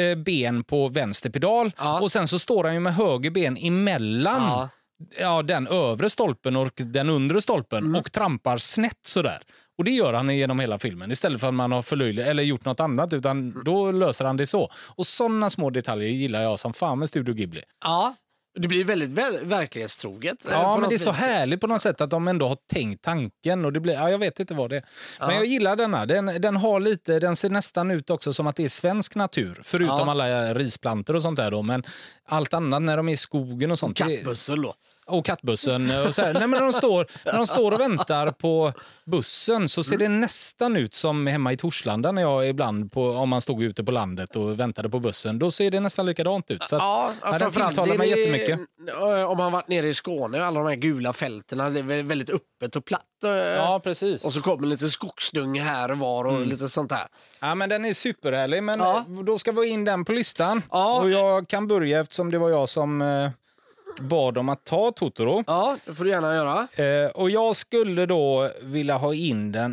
ben på vänster pedal och sen så står han ju med höger ben emellan den övre stolpen och den undre stolpen och trampar snett sådär. Och det gör han genom hela filmen. Istället för att man har förlöjligt eller gjort något annat, utan då löser han det så. Och sådana små detaljer gillar jag som fan med Studio Ghibli. Ja, det blir väldigt verklighetstroget. Ja, men det är så härligt på något sätt att de ändå har tänkt tanken. Och det blir, jag vet inte vad det är. Men jag gillar denna. Den har lite, den ser nästan ut också som att det är svensk natur. Förutom alla risplantor och sånt där då. Men allt annat när de är i skogen och sånt. Och kattbussen då. Och kattbussen. Och så här. Nej, men när de står och väntar på bussen så ser det nästan ut som hemma i Torslanda när jag ibland, om man stod ute på landet och väntade på bussen. Då ser det nästan likadant ut. Så att, den tilltalar mig jättemycket. Om man varit nere i Skåne, alla de här gula fälterna, det är väldigt öppet och platt. Ja, precis. Och så kommer lite skogsdung här och var och lite sånt där. Ja, men den är superhärlig. Men då ska vi in den på listan. Ja. Och jag kan börja eftersom det var jag som... bad om att ta Totoro. Ja, det får du gärna göra. Och jag skulle då vilja ha in den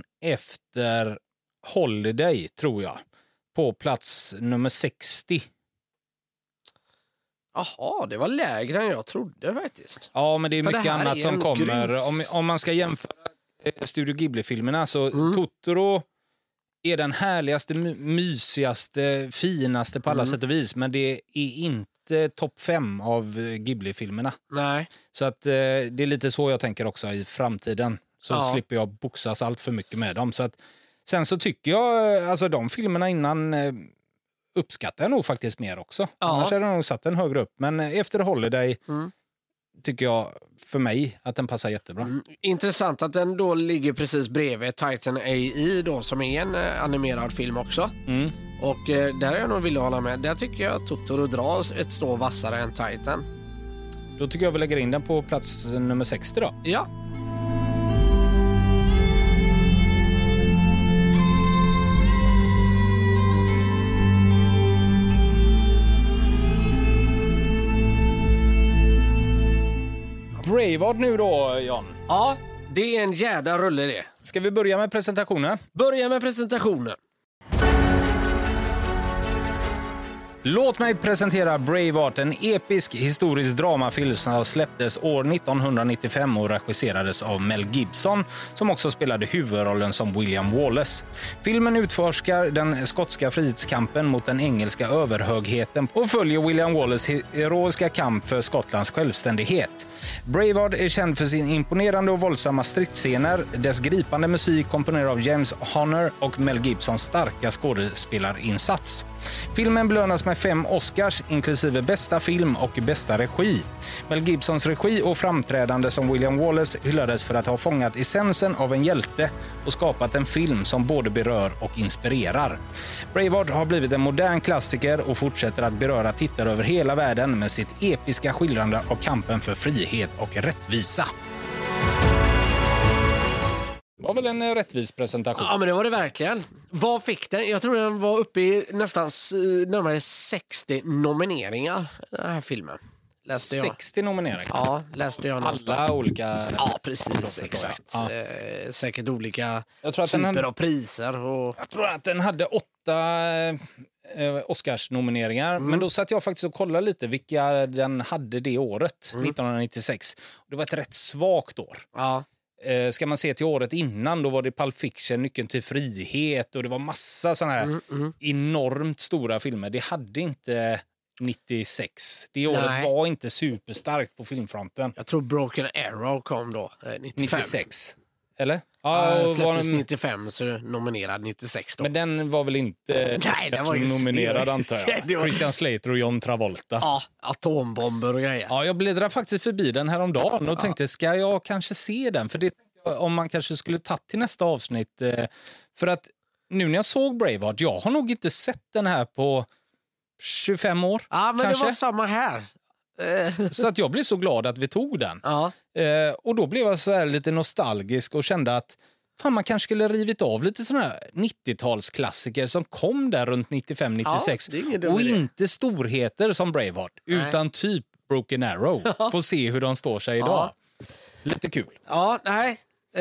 efter Holiday, tror jag. På plats nummer 60. Jaha, det var lägre än jag trodde faktiskt. Ja, men det är mycket annat som kommer. Om man ska jämföra Studio Ghibli-filmerna så Totoro är den härligaste, mysigaste, finaste på alla sätt och vis. Men det är inte topp 5 av Ghibli-filmerna. Nej. Så att det är lite så jag tänker också i framtiden. Så slipper jag boxas allt för mycket med dem. Så att, sen så tycker jag, alltså de filmerna innan uppskattar jag nog faktiskt mer också. Annars hade jag nog satt den högre upp. Men efter Holiday tycker jag för mig att den passar jättebra. Intressant att den då ligger precis bredvid Titan AI då, som är en animerad film också. Och där är jag nog villig hålla med. Där tycker jag att Totoro drar ett strå vassare än Titan. Då tycker jag vi lägger in den på plats nummer 60 då. Ja. Braveheart nu då, John. Ja, det är en jädra rulle det. Ska vi börja med presentationen? Börja med presentationen. Låt mig presentera Braveheart, en episk historisk dramafilm som släpptes år 1995 och regisserades av Mel Gibson, som också spelade huvudrollen som William Wallace. Filmen utforskar den skotska frihetskampen mot den engelska överhögheten och följer William Wallace heroiska kamp för Skottlands självständighet. Braveheart är känd för sin imponerande och våldsamma stridsscener, dess gripande musik komponerad av James Horner och Mel Gibsons starka skådespelarinsats. Filmen belönas med 5 Oscars, inklusive bästa film och bästa regi. Mel Gibsons regi och framträdande som William Wallace hyllades för att ha fångat essensen av en hjälte och skapat en film som både berör och inspirerar. Braveheart har blivit en modern klassiker och fortsätter att beröra tittare över hela världen med sitt episka skildrande av kampen för frihet och rättvisa. var väl en rättvis presentation. Ja, men det var det verkligen. Vad fick den? Jag tror den var uppe i nästan närmare 60 nomineringar, den här filmen. Läste jag. 60 nomineringar? Ja, läste jag nästan. Alla olika... Ja, precis. Exakt. Ja. Säkert olika typer av priser. Och... Jag tror att den hade 8 Oscars-nomineringar. Men då satt jag faktiskt och kollade lite vilka den hade det året, 1996. Det var ett rätt svagt år. Ja. Ska man se till året innan, då var det Pulp Fiction, Nyckeln till frihet och det var massa såna här enormt stora filmer. Det hade inte 96. Det året var inte superstarkt på filmfronten. Jag tror Broken Arrow kom då, 95. 96. Eller? Ja, släpptes 95 så nominerad 96 då. Men den var väl inte den var ju nominerad antar jag. Christian Slater och John Travolta. Ja, atombomber och grejer. Ja, jag bläddrade faktiskt förbi den här om dagen och tänkte, ska jag kanske se den? För det, om man kanske skulle ta till nästa avsnitt. För att nu när jag såg Braveheart, jag har nog inte sett den här på 25 år. Ja, men kanske. Det var samma här. Så att jag blev så glad att vi tog den. Ja. Och då blev jag så här lite nostalgisk och kände att fan, man kanske skulle rivit av lite såna här 90-talsklassiker som kom där runt 95-96. Ja, och inte storheter som Braveheart, utan typ Broken Arrow. Få se hur de står sig idag. Lite kul. Ja, nej.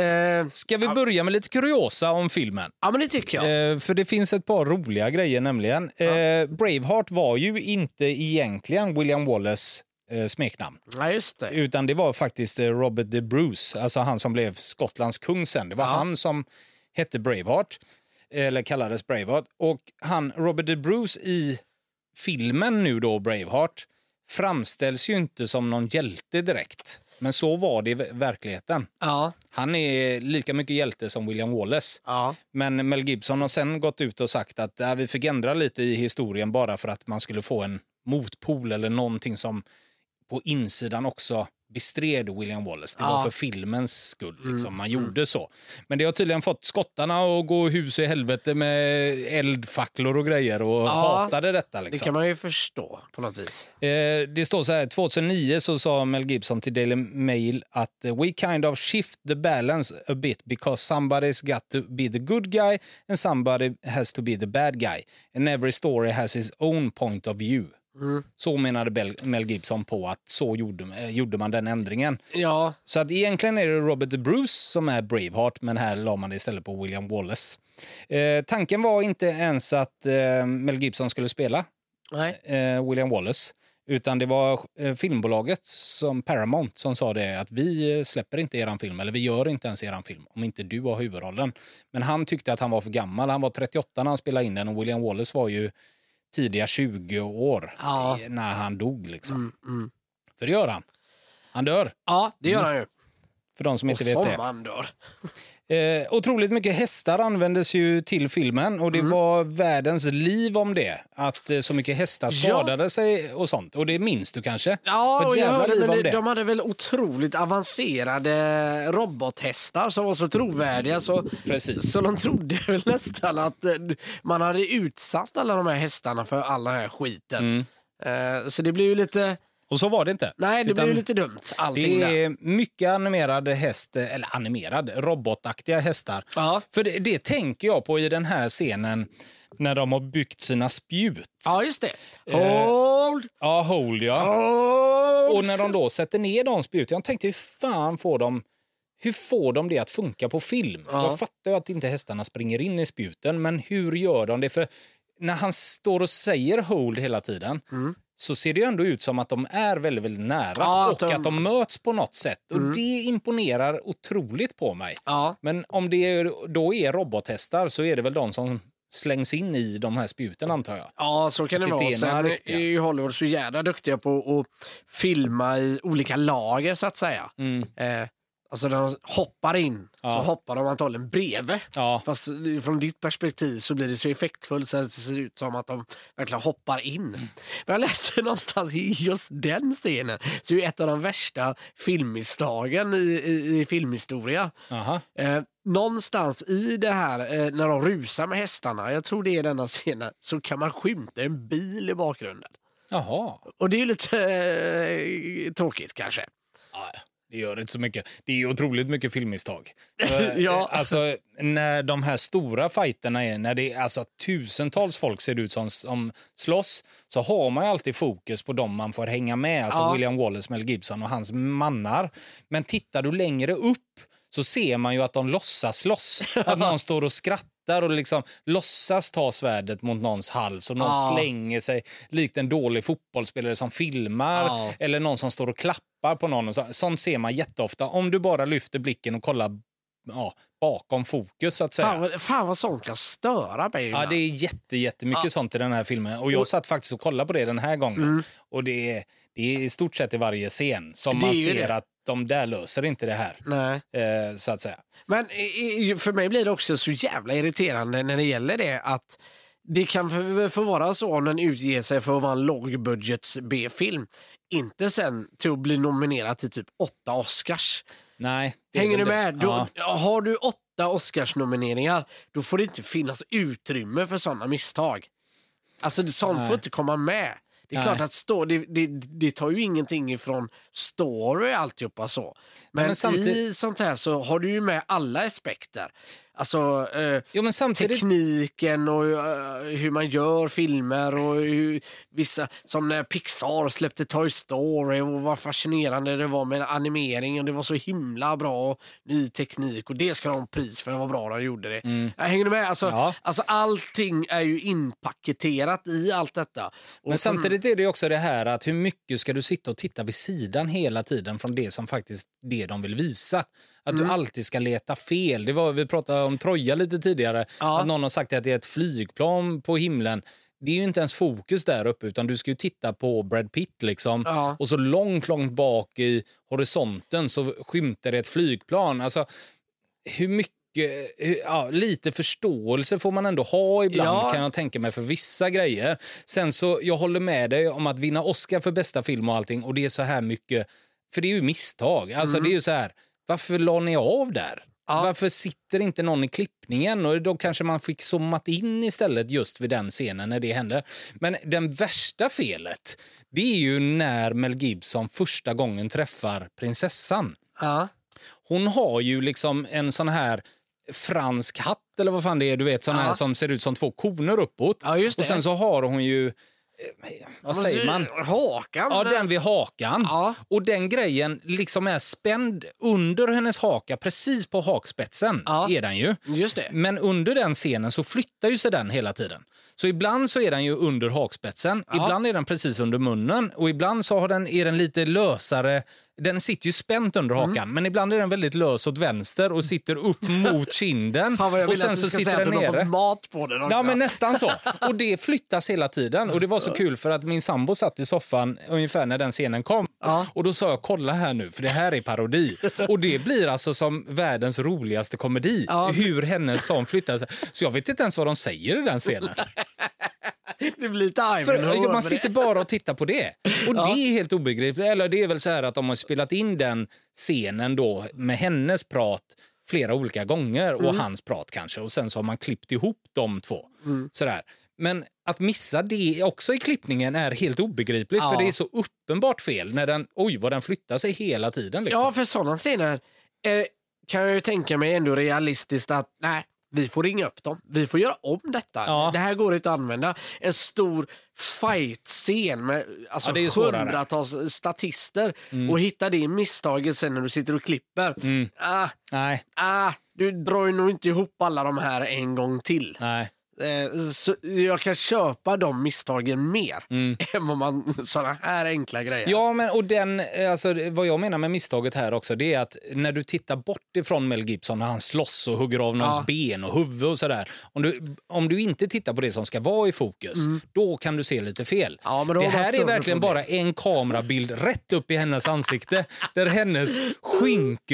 Ska vi börja med lite kuriosa om filmen? Ja, men det tycker jag. För det finns ett par roliga grejer nämligen. Braveheart var ju inte egentligen William Wallace smeknamn. Ja, just det. Utan det var faktiskt Robert de Bruce, alltså han som blev Skottlands kung sen. Det var han som hette Braveheart, eller kallades Braveheart. Och Robert de Bruce i filmen nu då, Braveheart, framställs ju inte som någon hjälte direkt. Men så var det i verkligheten. Ja. Han är lika mycket hjälte som William Wallace. Ja. Men Mel Gibson har sen gått ut och sagt att vi fick ändra lite i historien bara för att man skulle få en motpol eller någonting som på insidan också bestred William Wallace. Det var för filmens skull liksom. Man gjorde så. Men det har tydligen fått skottarna att gå hus i helvete med eldfacklor och grejer och hatade detta. Liksom. Det kan man ju förstå på något vis. Det står så här, 2009 så sa Mel Gibson till Daily Mail att we kind of shift the balance a bit because somebody's got to be the good guy and somebody has to be the bad guy. And every story has its own point of view. Så menade Mel Gibson på att så gjorde man den ändringen. Ja. Så att egentligen är det Robert de Bruce som är Braveheart, men här la man det istället på William Wallace. Tanken var inte ens att Mel Gibson skulle spela William Wallace, utan det var filmbolaget som Paramount som sa det att vi släpper inte eran film, eller vi gör inte ens eran film om inte du har huvudrollen. Men han tyckte att han var för gammal. Han var 38 när han spelade in den och William Wallace var ju tidiga 20 år när han dog liksom. För det gör han. Han dör. Ja, det gör han ju. För de som inte vet det. Och han dör. Otroligt mycket hästar användes ju till filmen och det var världens liv om det. Att så mycket hästar skadade sig och sånt. Och det minns du kanske? Ja, och jag hörde, men de hade väl otroligt avancerade robothästar som var så trovärdiga. Precis. Så de trodde väl nästan att man hade utsatt alla de här hästarna för all den här skiten. Så det blev ju lite... Och så var det inte. Nej, det blev ju lite dumt. Allting det är mycket animerade robotaktiga hästar. Ja. För det tänker jag på i den här scenen när de har byggt sina spjut. Ja, just det. Hold! Hold, ja. Hold! Och när de då sätter ner de spjuten, jag tänkte hur får de det att funka på film? Ja. Jag fattar ju att inte hästarna springer in i spjuten, men hur gör de det? För när han står och säger hold hela tiden så ser det ju ändå ut som att de är väldigt, väldigt nära och att de möts på något sätt. Och det imponerar otroligt på mig. Ja. Men om det då är robothästar så är det väl de som slängs in i de här spjuten, antar jag. Ja, så kan det vara. Sen är ju Hollywood så jävla duktiga på att filma i olika lager, så att säga. Alltså när de hoppar in så hoppar de antagligen bredvid. Ja. Fast från ditt perspektiv så blir det så effektfullt så att det ser ut som att de verkligen hoppar in. Men jag läste någonstans i just den scenen så är det ett av de värsta filmmisstagen i filmhistoria. Någonstans i det här när de rusar med hästarna, jag tror det är denna scenen, så kan man skymta en bil i bakgrunden. Jaha. Och det är lite tråkigt kanske. Ja. Det gör inte så mycket. Det är otroligt mycket filmmisstag. Ja. Alltså, när de här stora fighterna är, när det är alltså tusentals folk ser ut som slåss, så har man ju alltid fokus på dem man får hänga med. Alltså William Wallace, Mel Gibson och hans mannar. Men tittar du längre upp så ser man ju att de låtsas slåss. Att någon står och skrattar och liksom låtsas ta svärdet mot någons hals och någon slänger sig likt en dålig fotbollsspelare som filmar eller någon som står och klappar på någon. Sånt ser man jätteofta om du bara lyfter blicken och kollar bakom fokus, så att säga. Fan vad sånt kan störa mig. Ja, det är jättemycket sånt i den här filmen. Och jag satt faktiskt och kollade på det den här gången. Och det är i stort sett i varje scen som man ser att de där löser inte det här. Nej. Så att säga. Men för mig blir det också så jävla irriterande när det gäller det att det kan få vara så när den utger sig för att vara en lågbudgets B-film. Inte sen till att bli nominerad till typ 8 Oscars. Nej. Hänger du med? Har du 8 Oscars-nomineringar, då får det inte finnas utrymme för sådana misstag. Alltså sånt får inte komma med. Det är klart att det tar ju ingenting ifrån story och alltihopa så. Men samtidigt, i sånt här så har du ju med alla aspekter. Alltså men samtidigt, tekniken och hur man gör filmer och vissa, som när Pixar släppte Toy Story och vad fascinerande det var med animeringen. Det var så himla bra och ny teknik och det ska de ha pris för vad bra de gjorde det. Hänger du med? Alltså allting är ju inpaketerat i allt detta. Men samtidigt är det också det här att hur mycket ska du sitta och titta vid sidan hela tiden från det som faktiskt det de vill visa. Att du alltid ska leta fel. Vi pratade om Troja lite tidigare. Att någon har sagt att det är ett flygplan på himlen. Det är ju inte ens fokus där uppe, utan du ska ju titta på Brad Pitt liksom. Och så långt bak i horisonten så skymtar det ett flygplan. Alltså hur mycket lite förståelse får man ändå ha ibland, kan jag tänka mig, för vissa grejer. Sen så, jag håller med dig om att vinna Oscar för bästa film och allting, och det är så här mycket, för det är ju misstag. Alltså det är ju så här, varför la ni av där? Varför sitter inte någon i klippningen? Och då kanske man fick zoomat in istället just vid den scenen när det händer. Men den värsta felet, det är ju när Mel Gibson första gången träffar prinsessan. Hon har ju liksom en sån här fransk hatt eller vad fan det är, du vet, sån här som ser ut som 2 koner uppåt. Just det. Och sen så har hon ju vad säger man? Hakan. Ja, den vid hakan. Och den grejen liksom är spänd under hennes haka, precis på hakspetsen är den ju. Just det. Men under den scenen så flyttar ju sig den hela tiden. Så ibland så är den ju under hakspetsen, ibland är den precis under munnen och ibland så är den lite lösare. Den sitter ju spänt under hakan, men ibland är den väldigt lös åt vänster och sitter upp mot kinden. Fan vad jag och vill sen att du så ska sitter säga den att du har nere. fått mat på den också. Ja, men nästan så. Och det flyttas hela tiden. Och det var så kul för att min sambo satt i soffan ungefär när den scenen kom. Och då sa jag, kolla här nu, för det här är parodi. Och det blir alltså som världens roligaste komedi. Hur hennes son flyttas. Så jag vet inte ens vad de säger i den scenen. Det blir timing. Man sitter bara och tittar på det. Och det är helt obegripligt. Eller det är väl så här att de har spelat in den scenen då med hennes prat flera olika gånger och hans prat kanske. Och sen så har man klippt ihop de två. Sådär. Men att missa det också i klippningen är helt obegripligt. För det är så uppenbart fel när den flyttar sig hela tiden. Liksom. Ja, för sådana scener kan jag ju tänka mig ändå realistiskt att vi får ringa upp dem. Vi får göra om detta. Det här går inte att använda. En stor fight-scen med hundratals statister och hitta det misstaget sen när du sitter och klipper. Du drar ju nog inte ihop alla de här en gång till. Nej. Så jag kan köpa de misstagen mer än vad man sådana här enkla grejer. Ja, men och vad jag menar med misstaget här också, det är att när du tittar bort ifrån Mel Gibson när han slåss och hugger av någons ben och huvud och sådär. Om du inte tittar på det som ska vara i fokus, då kan du se lite fel. Det här är verkligen bara en kamerabild rätt upp i hennes ansikte där hennes skynke flyttar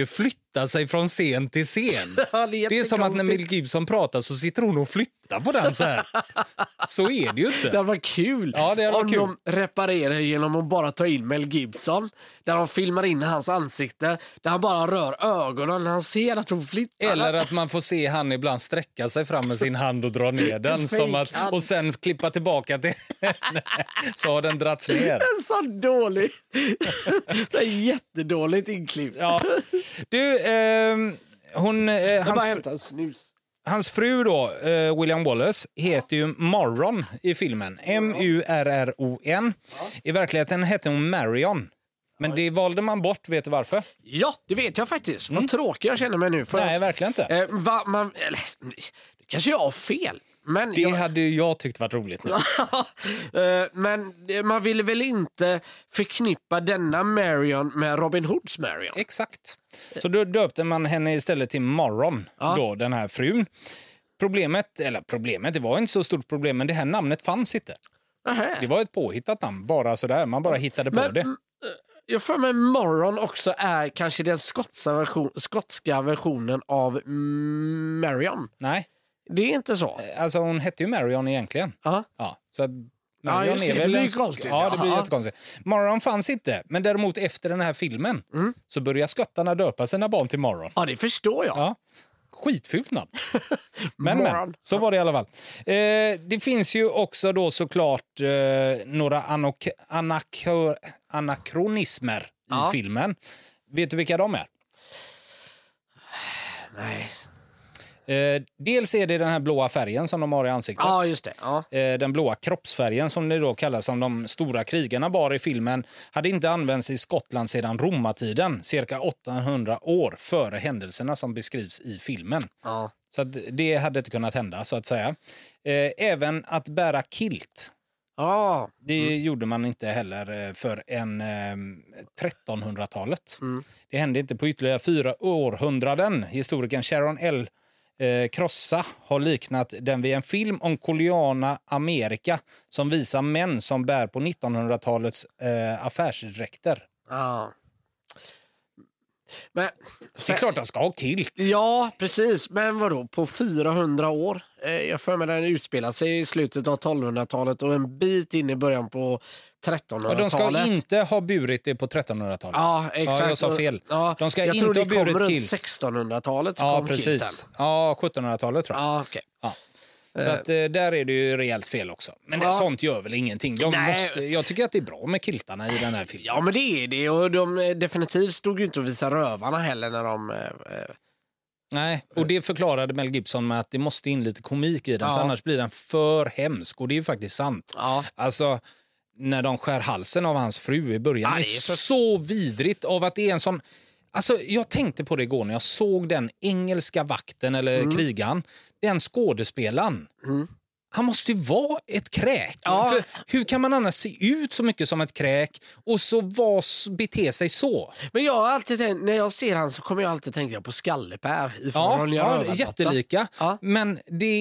flyttar sig från scen till scen. Ja, det är som att när Mel Gibson pratar så sitter hon och flyttar på den så här. Så är det ju inte. Det var kul om kul. De reparerar genom att bara ta in Mel Gibson. Där de filmar in hans ansikte. Där han bara rör ögonen när han ser att hon flyttar. Eller att man får se han ibland sträcka sig fram med sin hand och dra ner den. Som att, och sen klippa tillbaka till så har den dragits ner. Så dåligt. Så jättedåligt inklippt. Ja. Du, hon... bara hämta en snus. Hans fru då, William Wallace, heter ju Morron i filmen. M-U-R-R-O-N. I verkligheten hette hon Marion. Men det valde man bort, vet du varför? Ja, det vet jag faktiskt. Vad tråkig jag känner mig nu. Nej, verkligen inte. Kanske jag har fel. Men det hade jag tyckt varit roligt nu. Men man ville väl inte förknippa denna Marion med Robin Hoods Marion? Exakt. Så då döpte man henne istället till Morron, då, den här frun. Problemet, det var inte så stort problem, men det här namnet fanns inte. Det var ett påhittat namn, bara sådär. Man bara hittade på det. Jag för mig Morron också är kanske den skotska versionen av Marion. Nej. Det är inte så. Alltså hon hette ju Marion egentligen. Ja. Så att Marion det blir konstigt. Ja, det blir jättekonstigt. Morron fanns inte, men däremot efter den här filmen så börjar skottarna döpa sina barn till Morron. Ja, det förstår jag. Ja. Skitfult namn. men, så var det i alla fall. Det finns ju också då såklart några anakronismer i filmen. Vet du vilka de är? Nej. Dels är det den här blåa färgen som de har i ansiktet. Ja, just det. Ja. Den blåa kroppsfärgen som det då kallas, som de stora krigarna bar i filmen, hade inte använts i Skottland sedan romartiden, cirka 800 år före händelserna som beskrivs i filmen. Ja. Så att det hade inte kunnat hända, så att säga. Även att bära kilt. Det gjorde man inte heller för en 1300-talet. Det hände inte på ytterligare 4 århundraden. Historikern Sharon L. Krossa har liknat den vid en film om koloniala Amerika som visar män som bär på 1900-talets affärsdräkter. Ja. Men det är klart att ska ha kilt. Ja, precis. Men vadå, på 400 år? Jag för mig den utspelar sig i slutet av 1200-talet och en bit in i början på 1300-talet. De ska inte ha burit det på 1300-talet. Ja, exakt. Ja, jag sa fel. Ja, de ska jag inte tror det ha burit kom kilt. runt 1600-talet. Ja, precis. Ja, 1700-talet tror jag. Ja, okej. Ja. Så att, där är det ju rejält fel också. Men sånt gör väl ingenting. Jag tycker att det är bra med kiltarna i den här filmen. Ja, men det är det. Och de definitivt stod ju inte och visade rövarna heller när de... Nej, och det förklarade Mel Gibson med att det måste in lite komik i den. För annars blir den för hemsk. Och det är ju faktiskt sant. Ja. Alltså, när de skär halsen av hans fru i början. Det är så vidrigt av att det är en sån... Alltså, jag tänkte på det igår när jag såg den engelska vakten eller krigaren. Den skådespelaren. Han måste ju vara ett kräk. Ja. För hur kan man annars se ut så mycket som ett kräk och så bete sig så? Men jag har alltid tänkt, när jag ser han så kommer jag alltid tänka på Skallepär. Jättelika. Ja. Men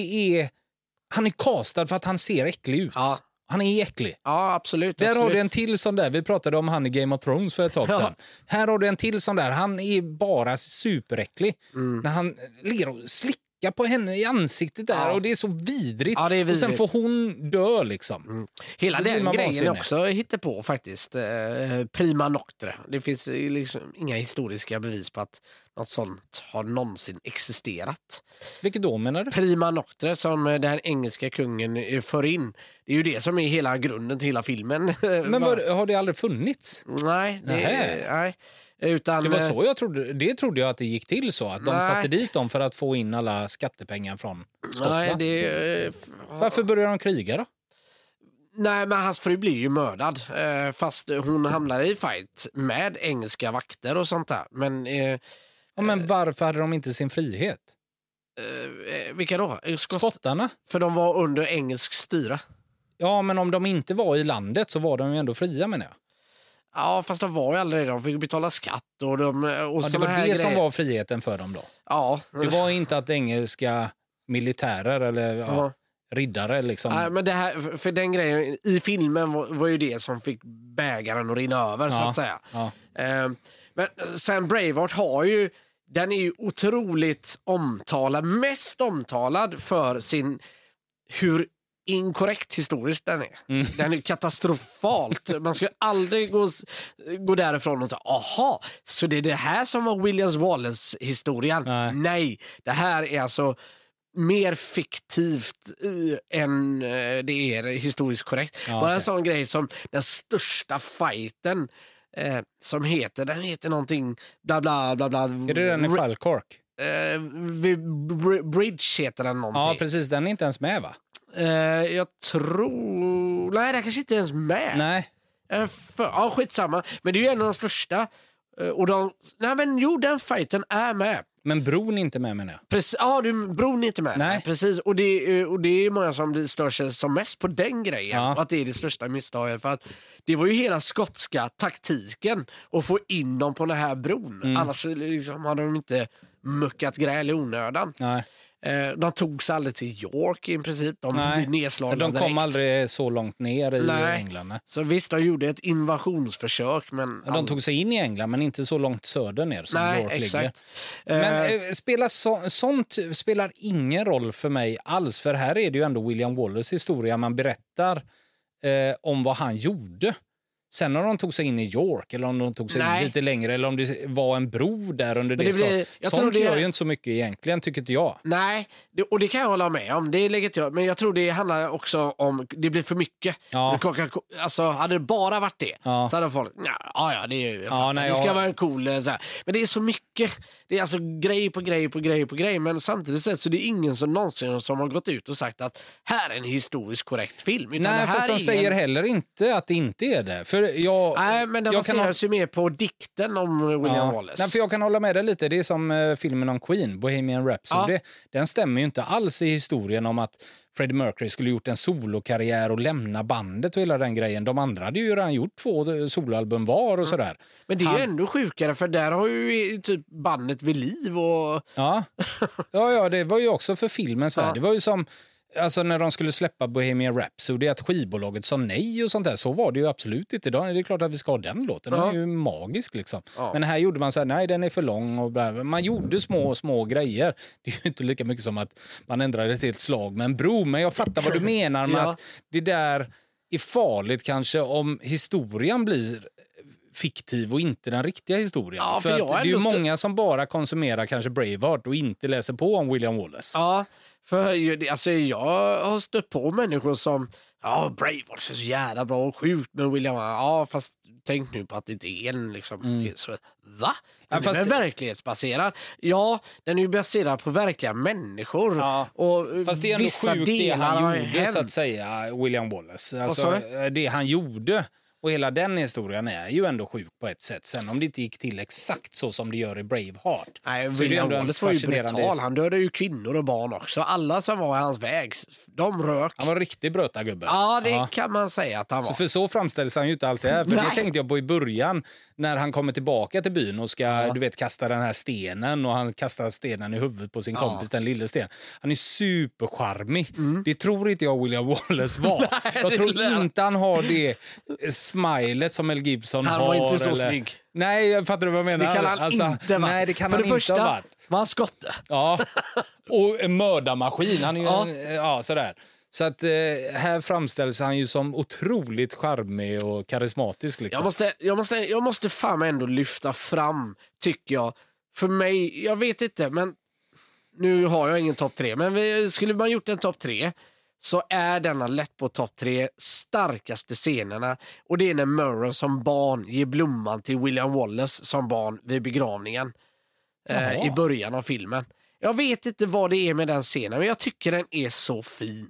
han är castad för att han ser äcklig ut. Ja. Han är äcklig. Ja, absolut. Där har du en till sån där. Vi pratade om han i Game of Thrones för ett tag sedan. Här har du en till sån där. Han är bara superäcklig. När han ligger och slickar på henne i ansiktet där och det är så vidrigt. Ja, det är vidrigt. Och sen får hon dö liksom. Hela den grejen är också hittepå faktiskt. Prima noctre. Det finns liksom inga historiska bevis på att något sånt har någonsin existerat. Vilket då menar du? Prima noctre som den engelska kungen för in. Det är ju det som är hela grunden till hela filmen. Men har det aldrig funnits? Nej. Nej. Utan, det var så jag trodde. Det trodde jag att det gick till så. Att de satte dit dem för att få in alla skattepengar från Skottland. Nej, varför började de kriga då? Nej, men hans fru blir ju mördad. Fast hon hamnar i fight med engelska vakter och sånt där. Men varför hade de inte sin frihet? Vilka då? Skottarna. För de var under engelsk styra. Ja, men om de inte var i landet så var de ju ändå fria, menar jag. Ja, fast de var ju aldrig det. De fick betala skatt och det var det som var friheten för dem då. Ja. Det var inte att engelska militärer eller riddare liksom. Nej, men det här, för den grejen i filmen var ju det som fick bägaren att rinna över så att säga. Ja. Men sen Braveheart har ju den är ju otroligt omtalad, mest omtalad för sin hur inkorrekt historiskt den är. Den är katastrofalt. Man ska aldrig gå därifrån och säga, aha, så det är det här som var William Wallace-historien. Nej, det här är alltså mer fiktivt än det är historiskt korrekt. Bara en sån grej som den största fighten som heter någonting bla bla bla bla. Är det den i Falkirk? Bridge heter den någonting. Ja, precis. Den är inte ens med, va? Jag tror... Nej, det kanske inte ens med. Nej. Ja, skitsamma. Men det är ju en av de största. Och den fighten är med. Men bron är inte med, menar jag. Precis, ja, bron är inte med. Nej. Precis. Och det är många som stör sig som mest på den grejen. Att det är det största misstaget. För att det var ju hela skotska taktiken att få in dem på den här bron. Annars liksom hade de inte muckat gräl i onödan. Nej. De tog sig aldrig till York i princip. De blev nedslagna de kom direkt. Aldrig så långt ner i England. Så visst, de gjorde ett invasionsförsök. Men de tog sig in i England, men inte så långt söder ner som York exakt. ligger. Men sånt spelar ingen roll för mig alls. För här är det ju ändå William Wallace historia. Man berättar om vad han gjorde. Sen om de tog sig in i York eller om de tog sig in lite längre eller om det var en bro där under det slaget. Sånt gör ju inte så mycket egentligen, tycker inte jag. Nej, och det kan jag hålla med om. Det lägger jag. Men jag tror det handlar också om, det blir för mycket. Alltså, hade det bara varit det så hade folk, det ska vara en cool så här. Men det är så mycket. Det är alltså grej på grej på grej på grej. Men samtidigt sett så det är ingen som någonsin som har gått ut och sagt att här är en historiskt korrekt film. Utan nej, för de säger heller inte att det inte är det. För nej, men den baseras ju mer på dikten om William Wallace. Nej, för jag kan hålla med dig lite. Det är som filmen om Queen, Bohemian Rhapsody. Den stämmer ju inte alls i historien om att Freddie Mercury skulle gjort en solokarriär och lämna bandet och hela den grejen. De andra hade ju redan gjort 2 soloalbum var och sådär. Men det är ju ändå sjukare, för där har ju typ bandet vid liv och... Ja, det var ju också för filmens värld. Det var ju som... Alltså när de skulle släppa Bohemian Rhapsody, att skivbolaget sa nej och sånt där, så var det ju absolut inte. Då är det klart att vi ska ha den låten, den är ju magisk liksom. Men här gjorde man så här, nej den är för lång och bla. Man gjorde små grejer. Det är ju inte lika mycket som att man ändrade ett helt slag med en bro, men jag fattar vad du menar med att det där är farligt kanske om historien blir fiktiv och inte den riktiga historien. För att det är ju många som bara konsumerar kanske Braveheart och inte läser på om William Wallace. Ja, för alltså, jag har stött på människor som Braveheart är så jävla bra och sjukt, men William, fast tänk nu på att det inte är en liksom, så, va? Den är verklighetsbaserad. Ja, den är ju baserad på verkliga människor. Och fast det är ändå sjukt det han gjorde, så att säga, William Wallace. Alltså, det han gjorde. Och hela den historien är ju ändå sjuk på ett sätt. Sen om det inte gick till exakt så som det gör i Braveheart. Nej, William Wallace var ju brutal. Han dödade ju kvinnor och barn också. Alla som var i hans väg, de rök. Han var en riktig brötargubbe. Ja, det kan man säga att han var. Så för så framställs han ju inte alltid här. För det tänkte jag på i början när han kommer tillbaka till byn och ska, kasta den här stenen, och han kastar stenen i huvudet på sin kompis, den lilla stenen. Han är supercharmig. Det tror inte jag William Wallace var. Jag tror inte han har det smilet som Mel Gibson har. Han var inte så snygg. Nej, jag fattar vad jag menar. Det kan han inte vara. Nej, det kan för han det första inte vara. var han skotte. Ja, och en mördarmaskin. Han är ju sådär. Så att här framställs han ju som otroligt charmig och karismatisk. Liksom. Jag måste fan ändå lyfta fram, tycker jag. För mig, jag vet inte, men nu har jag ingen topp 3. Men skulle man gjort en topp 3 så är denna lätt på topp 3 starkaste scenerna. Och det är när Murray som barn ger blomman till William Wallace som barn vid begravningen. I början av filmen. Jag vet inte vad det är med den scenen, men jag tycker den är så fin.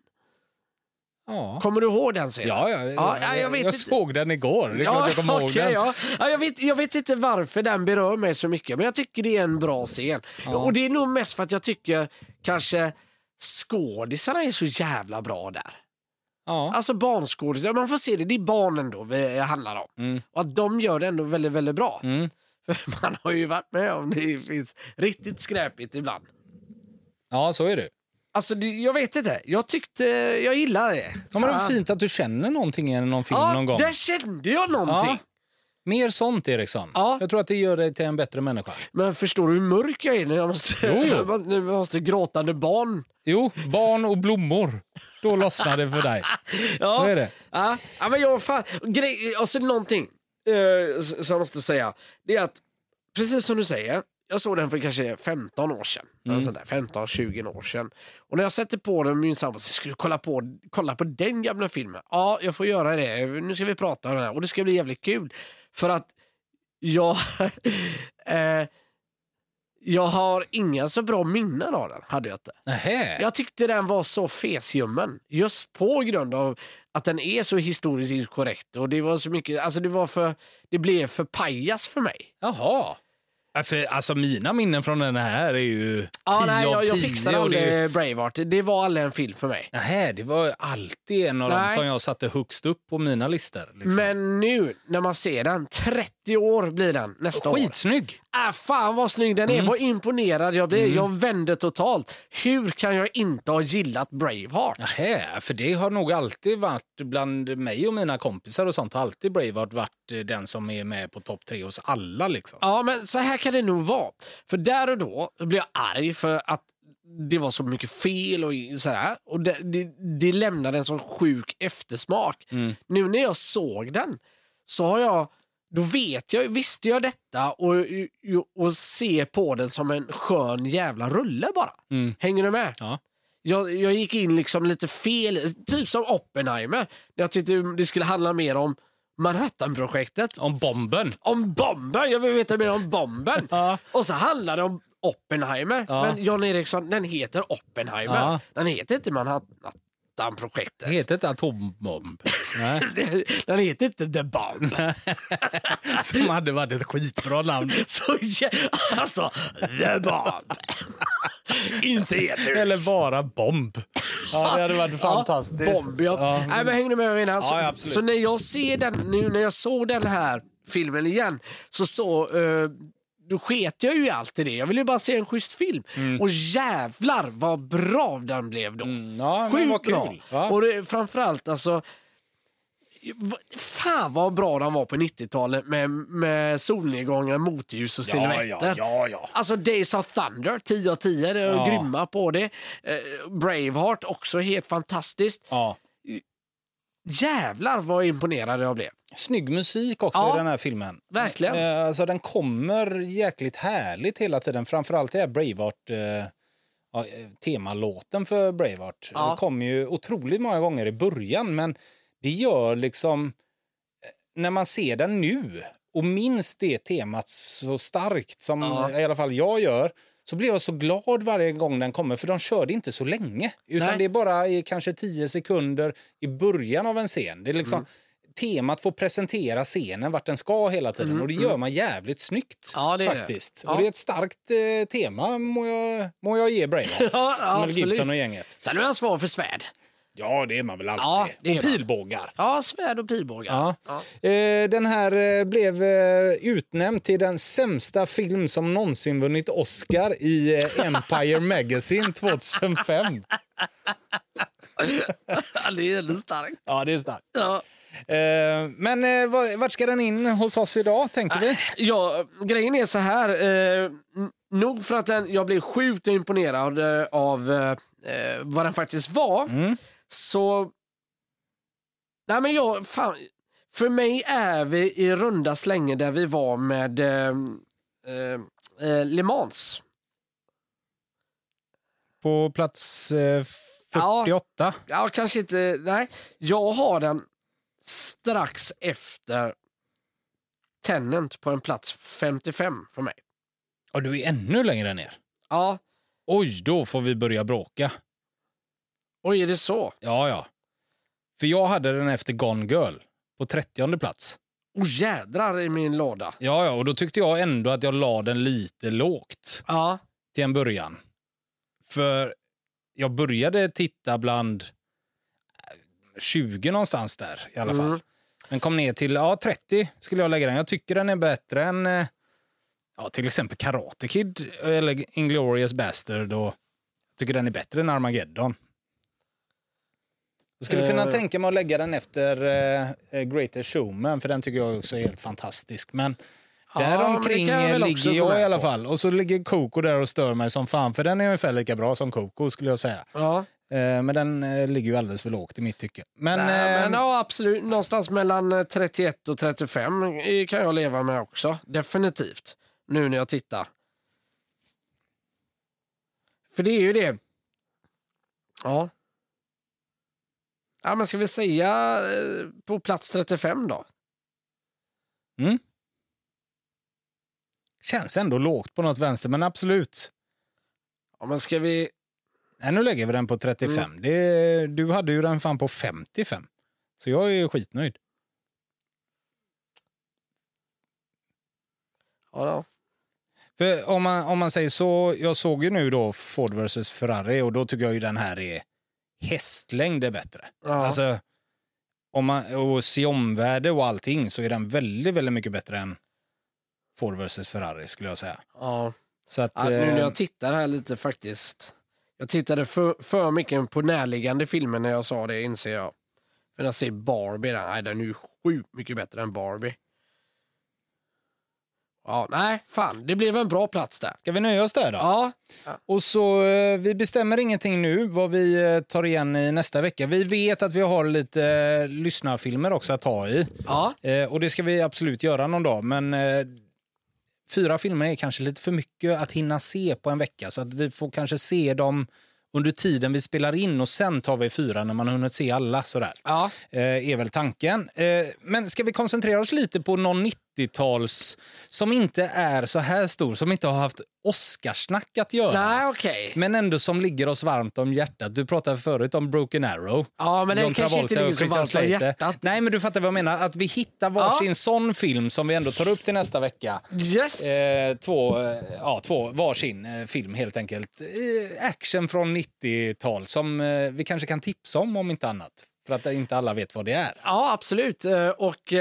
Ja. Kommer du ihåg den scenen? Ja, jag såg den igår. Det är klart jag kommer ihåg den. Jag vet inte varför den berör mig så mycket, men jag tycker det är en bra scen. Och det är nog mest för att jag tycker kanske skådisarna är så jävla bra där. Alltså barnskådisar, man får se det är barnen då det handlar om. Och att de gör det ändå väldigt, väldigt bra. För man har ju varit med om det finns riktigt skräpigt ibland. Ja, så är det. Alltså, jag vet inte. Jag gillar det. Ja, men det är fint att du känner någonting i någon film någon gång. Ja, där kände jag någonting. Mer sånt, Eriksson. Ja. Jag tror att det gör dig till en bättre människa. Men förstår du hur mörk jag är när jag måste gråtande barn? Jo, barn och blommor. Då lossnar det för dig. Ja. Så är det. Ja, men jag fan... Och så någonting som jag måste säga. Det är att, precis som du säger, jag såg den för kanske 15 år sedan. 15-20 år sedan. Och när jag sätter på den, min sambo säger, ska du kolla på den gamla filmen? Ja, jag får göra det. Nu ska vi prata om den här. Och det ska bli jävligt kul. För att jag har inga så bra minnen av den, hade jag inte. Nähä. Jag tyckte den var så fesljummen. Just på grund av att den är så historiskt korrekt. Och det var så mycket, alltså det blev för pajas för mig. Jaha. Alltså mina minnen från den här är ju 10 av 10. Jag fixade aldrig Braveheart. Det var aldrig en film för mig. Nej, det var alltid en av dem som jag satte högst upp på mina listor. Liksom. Men nu, när man ser den, 30 år blir den nästa år. Skitsnygg. Fan vad snygg den är. Vad imponerad jag blev. Jag vände totalt. Hur kan jag inte ha gillat Braveheart? Nähä, för det har nog alltid varit bland mig och mina kompisar och sånt. Har alltid Braveheart varit den som är med på topp 3 hos alla liksom. Ja, men så här kan det nog vara. För där och då blev jag arg för att det var så mycket fel och sådär. Och det lämnade en sån sjuk eftersmak. Nu när jag såg den så har visste jag detta och ser på den som en skön jävla rulle bara. Hänger du med? Ja. Jag gick in liksom lite fel, typ som Oppenheimer. Jag tyckte det skulle handla mer om Manhattan-projektet. Om bomben. Om bomben, jag vill veta mer om bomben. Ja. Och så handlar det om Oppenheimer. Ja. Men Jan Eriksson, den heter Oppenheimer. Ja. Den heter inte Manhattan-projektet. Det heter inte atombomb. Nej. Den heter inte The Bomb. Som hade varit ett skitbra namn. Alltså, The Bomb. Inte heter det. Eller bara bomb. Ja, det hade varit fantastiskt. Bomb, ja. Ja. Nej, men häng med mig innan. Ja, absolut. Så när jag ser den nu, när jag såg den här filmen igen, då sket jag ju alltid det. Jag ville ju bara se en schysst film. Och jävlar vad bra den blev då. Ja, men vad kul. Bra. Ja. Och fan vad bra den var på 90-talet med solnedgångar, motljus och silhuetter. Ja. Alltså Days of Thunder, 10 av 10, det är grymma på det. Braveheart också helt fantastiskt. Ja. Jävlar vad imponerad jag blev. Snygg musik också i den här filmen. Verkligen. Alltså den kommer jäkligt härligt hela tiden. Framförallt det här Braveheart temalåten för Braveheart. Det kommer ju otroligt många gånger i början, men det gör liksom när man ser den nu och minns det temat så starkt som i alla fall jag gör, så blir jag så glad varje gång den kommer, för de körde inte så länge, utan det är bara i kanske 10 sekunder i början av en scen. Det är liksom temat får presentera scenen vart den ska hela tiden och det gör man jävligt snyggt faktiskt. Och det är ett starkt tema må jag ge Braveheart. Mel Gibson och gänget. Sen är han svar för svärd. Ja, det är man väl alltid. Det är och pilbågar. Ja, svärd och pilbågar. Ja. Den här blev utnämnd till den sämsta film som någonsin vunnit Oscar i Empire Magazine 2005. Det är ändå starkt. Ja, det är starkt. Ja. Men vart ska den in hos oss idag, tänker vi? Ja, grejen är så här. Nog för att jag blev sjukt imponerad av vad den faktiskt var. Så... Nej, men för mig är vi i runda slängar där vi var med Le Mans. På plats 48? Ja, kanske inte. Nej, jag har den strax efter Tenet på en plats 55 för mig. Och du är ännu längre ner? Ja. Oj, då får vi börja bråka. Oj, är det så? Ja. För jag hade den efter Gone Girl på 30:e plats. Jädrar i min låda. Ja, och då tyckte jag ändå att jag la den lite lågt. Ja. Till en början. För jag började titta bland 20 någonstans där i alla fall. Den kom ner till 30 skulle jag lägga den. Jag tycker den är bättre än till exempel Karate Kid eller Inglourious Bastard. Och jag tycker den är bättre än Armageddon. Jag skulle kunna tänka mig att lägga den efter Greatest Showman, för den tycker jag också är helt fantastisk. Men där omkring ligger jag i alla fall. Och så ligger Coco där och stör mig som fan, för den är ungefär lika bra som Coco skulle jag säga. Ja. Men den ligger ju alldeles för lågt i mitt tycke. Men ja, absolut. Någonstans mellan 31 och 35 kan jag leva med också. Definitivt. Nu när jag tittar. För det är ju det. Ja. Ja, men ska vi säga på plats 35 då? Mm. Känns ändå lågt på något vänster, men absolut. Ja, men ska vi... Nej, nu lägger vi den på 35. Du hade ju den fan på 55. Så jag är ju skitnöjd. Ja då. För om man säger så, jag såg ju nu då Ford vs Ferrari, och då tycker jag ju den här är hästlängd är bättre. Ja. Alltså, och se omvärde och allting, så är den väldigt, väldigt mycket bättre än Ford vs Ferrari skulle jag säga. Ja. Så att, Nu när jag tittar här lite faktiskt. Jag tittade för mycket på närliggande filmer när jag sa det, inser jag. För när jag ser Barbie, den är ju sjukt mycket bättre än Barbie. Ja, nej, fan. Det blev en bra plats där. Ska vi nöja oss där då? Ja. Och så, vi bestämmer ingenting nu vad vi tar igen i nästa vecka. Vi vet att vi har lite lyssnarfilmer också att ta i. Ja. Och det ska vi absolut göra någon dag. Men 4 filmer är kanske lite för mycket att hinna se på en vecka. Så att vi får kanske se dem under tiden vi spelar in, och sen tar vi 4 när man har hunnit se alla sådär. Ja. Är väl tanken. Men ska vi koncentrera oss lite på någon 90-tals som inte är så här stor, som inte har haft Oscarsnack att göra. Nej, okej. Men ändå som ligger oss varmt om hjärtat. Du pratade förut om Broken Arrow. Ja, men den kanske inte ligger så varmt om hjärtat. Nej, men du fattar vad jag menar. Att vi hittar varsin sån film som vi ändå tar upp till nästa vecka. Yes! Två varsin film helt enkelt. Action från 90-tal som vi kanske kan tipsa om inte annat. För att inte alla vet vad det är. Ja, absolut. Och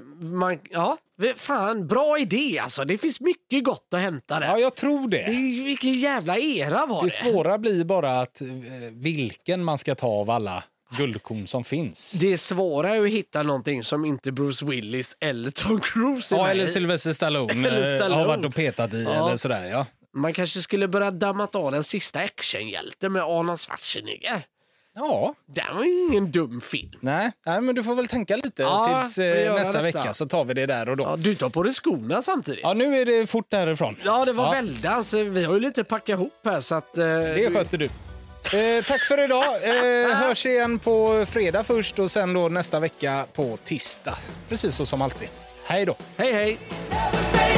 fan, bra idé alltså. Det finns mycket gott att hämta där. Ja, jag tror det. Vilken jävla era var det. Det svåra blir bara att vilken man ska ta av alla guldkorn som finns. Det svåra är att hitta någonting som inte Bruce Willis eller Tom Cruise är med. Eller Sylvester Stallone, har varit och petat i eller sådär, ja. Man kanske skulle börja damma av den sista actionhjälten med Arnold Schwarzenegger. Ja. Det var ju ingen dum film. Nej, men du får väl tänka lite tills nästa vecka, så tar vi det där och då. Ja, du tar på dig skorna samtidigt. Ja, nu är det fort därifrån. Ja, det var väldans. Vi har ju lite packa ihop här så att... det sköter du. Tack för idag. Hörs igen på fredag först och sen då nästa vecka på tisdag. Precis så som alltid. Hej då. Hej, hej.